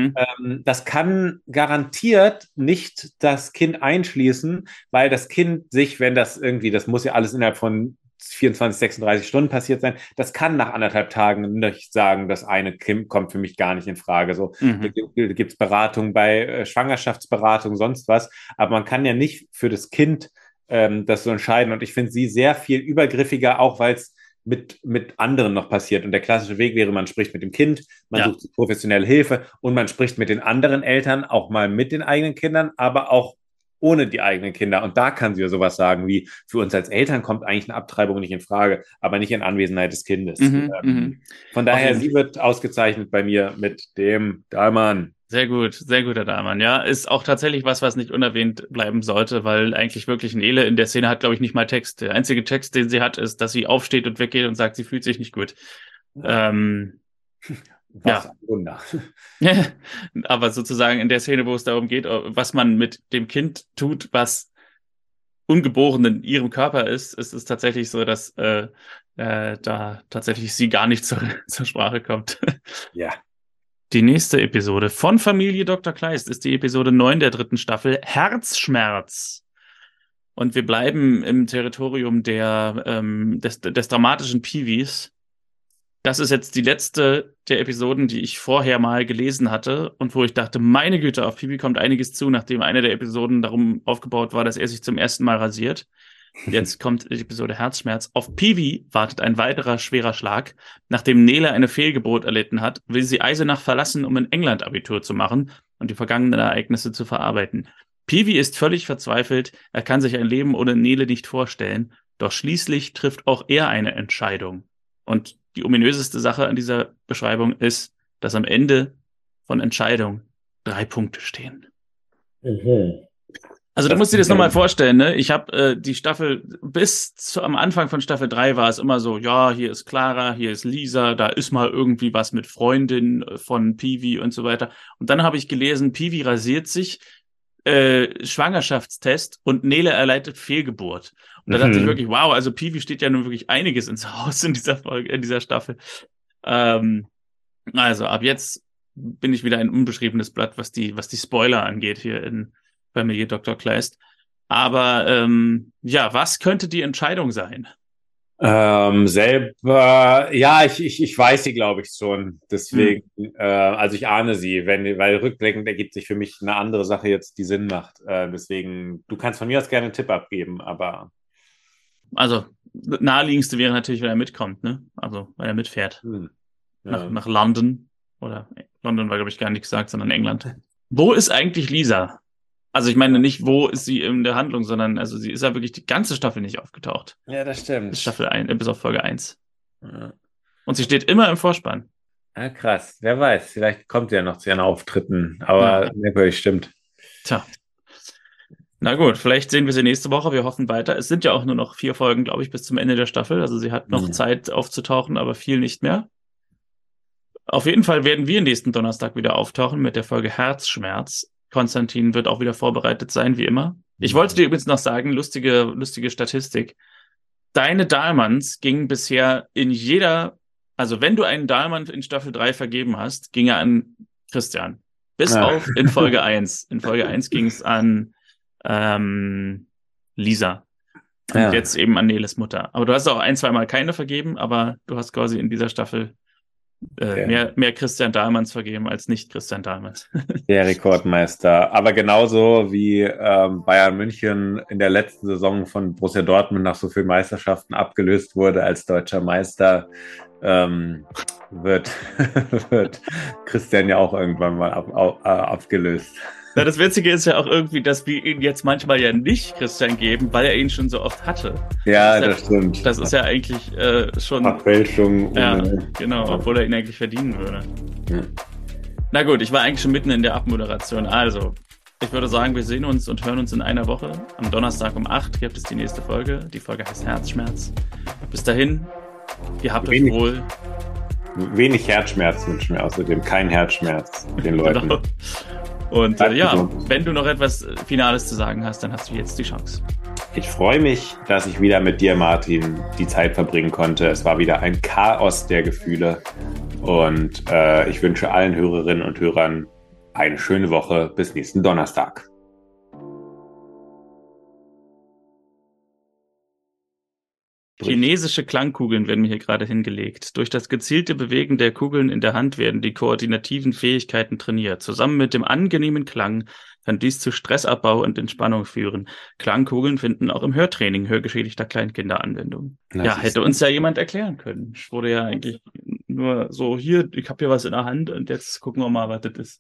Das kann garantiert nicht das Kind einschließen, weil das Kind sich, wenn das irgendwie, das muss ja alles innerhalb von 24, 36 Stunden passiert sein. Das kann nach 1,5 Tagen nicht sagen, das eine Kind kommt für mich gar nicht in Frage. So, da gibt es Beratung bei Schwangerschaftsberatung, sonst was. Aber man kann ja nicht für das Kind das so entscheiden. Und ich finde sie sehr viel übergriffiger, auch weil es mit anderen noch passiert. Und der klassische Weg wäre, man spricht mit dem Kind, man sucht professionelle Hilfe und man spricht mit den anderen Eltern, auch mal mit den eigenen Kindern, aber auch ohne die eigenen Kinder. Und da kann sie ja sowas sagen wie, für uns als Eltern kommt eigentlich eine Abtreibung nicht in Frage, aber nicht in Anwesenheit des Kindes. Von daher, sie wird ausgezeichnet bei mir mit dem Dahlmann. Sehr gut, sehr guter Dahlmann. Ja, ist auch tatsächlich was nicht unerwähnt bleiben sollte, weil eigentlich wirklich Nele in der Szene hat, glaube ich, nicht mal Text. Der einzige Text, den sie hat, ist, dass sie aufsteht und weggeht und sagt, sie fühlt sich nicht gut. Was ein Wunder. Aber sozusagen in der Szene, wo es darum geht, was man mit dem Kind tut, was ungeboren in ihrem Körper ist es tatsächlich so, dass da tatsächlich sie gar nicht zur Sprache kommt. Ja. Die nächste Episode von Familie Dr. Kleist ist die Episode 9 der 3. Staffel, Herzschmerz. Und wir bleiben im Territorium des dramatischen Peewees. Das ist jetzt die letzte der Episoden, die ich vorher mal gelesen hatte und wo ich dachte, meine Güte, auf Peewee kommt einiges zu, nachdem eine der Episoden darum aufgebaut war, dass er sich zum ersten Mal rasiert. Jetzt kommt die Episode Herzschmerz. Auf Peewee wartet ein weiterer schwerer Schlag. Nachdem Nele eine Fehlgeburt erlitten hat, will sie Eisenach verlassen, um in England Abitur zu machen und die vergangenen Ereignisse zu verarbeiten. Peewee ist völlig verzweifelt, er kann sich ein Leben ohne Nele nicht vorstellen, doch schließlich trifft auch er eine Entscheidung. Und die ominöseste Sache an dieser Beschreibung ist, dass am Ende von Entscheidung 3 Punkte stehen. Also du musst dir das nochmal vorstellen, ne? Ich habe die Staffel, am Anfang von Staffel 3 war es immer so, ja, hier ist Clara, hier ist Lisa, da ist mal irgendwie was mit Freundin von Peewee und so weiter. Und dann habe ich gelesen, Peewee rasiert sich, Schwangerschaftstest und Nele erleidet Fehlgeburt. Und da dachte ich wirklich, wow, also Peewee steht ja nun wirklich einiges ins Haus in dieser Folge, in dieser Staffel. Also ab jetzt bin ich wieder ein unbeschriebenes Blatt, was die Spoiler angeht hier in Familie Dr. Kleist. Aber was könnte die Entscheidung sein? Selber, ja, ich weiß sie, glaube ich, schon. Deswegen, also ich ahne sie, weil rückblickend ergibt sich für mich eine andere Sache jetzt, die Sinn macht. Deswegen, du kannst von mir aus gerne einen Tipp abgeben, aber. Also, naheliegendste wäre natürlich, wenn er mitkommt, ne? Also, wenn er mitfährt. Nach London. Oder London war, glaube ich, gar nicht gesagt, sondern England. Wo ist eigentlich Lisa? Also ich meine nicht, wo ist sie in der Handlung, sondern also sie ist ja wirklich die ganze Staffel nicht aufgetaucht. Ja, das stimmt. Bis Staffel 1, bis auf Folge 1. Ja. Und sie steht immer im Vorspann. Ja, krass. Wer weiß, vielleicht kommt sie ja noch zu ihren Auftritten. Aber merkwürdig, stimmt. Tja. Na gut, vielleicht sehen wir sie nächste Woche. Wir hoffen weiter. Es sind ja auch nur noch 4 Folgen, glaube ich, bis zum Ende der Staffel. Also sie hat noch Zeit aufzutauchen, aber viel nicht mehr. Auf jeden Fall werden wir nächsten Donnerstag wieder auftauchen mit der Folge Herzschmerz. Konstantin wird auch wieder vorbereitet sein, wie immer. Ich wollte dir übrigens noch sagen, lustige Statistik. Deine Dahlmanns gingen bisher in jeder, also wenn du einen Dahlmann in Staffel 3 vergeben hast, ging er an Christian. Bis auf in Folge 1. In Folge 1 ging es an Lisa. Und jetzt eben an Neles Mutter. Aber du hast auch 1-2 Mal keine vergeben, aber du hast quasi in dieser Staffel mehr Christian Dahlmanns vergeben als nicht Christian Dahlmanns. Der Rekordmeister. Aber genauso wie Bayern München in der letzten Saison von Borussia Dortmund nach so vielen Meisterschaften abgelöst wurde als deutscher Meister, wird Christian ja auch irgendwann mal abgelöst. Na, das Witzige ist ja auch irgendwie, dass wir ihn jetzt manchmal ja nicht Christian geben, weil er ihn schon so oft hatte. Ja, das stimmt. Das ist ja eigentlich schon... Abfälschung. Ja, genau, obwohl er ihn eigentlich verdienen würde. Ja. Na gut, ich war eigentlich schon mitten in der Abmoderation. Also, ich würde sagen, wir sehen uns und hören uns in einer Woche. Am Donnerstag um 8 gibt es die nächste Folge. Die Folge heißt Herzschmerz. Bis dahin, ihr habt euch wohl. Wenig Herzschmerz wünschen wir außerdem. Kein Herzschmerz den Leuten. Genau. Und wenn du noch etwas Finales zu sagen hast, dann hast du jetzt die Chance. Ich freue mich, dass ich wieder mit dir, Martin, die Zeit verbringen konnte. Es war wieder ein Chaos der Gefühle. Und ich wünsche allen Hörerinnen und Hörern eine schöne Woche. Bis nächsten Donnerstag. Chinesische Klangkugeln werden mir hier gerade hingelegt. Durch das gezielte Bewegen der Kugeln in der Hand werden die koordinativen Fähigkeiten trainiert. Zusammen mit dem angenehmen Klang kann dies zu Stressabbau und Entspannung führen. Klangkugeln finden auch im Hörtraining hörgeschädigter Kleinkinder Anwendung. Ja, hätte uns ja jemand erklären können. Ich wurde ja eigentlich nur so, hier, ich habe hier was in der Hand und jetzt gucken wir mal, was das ist.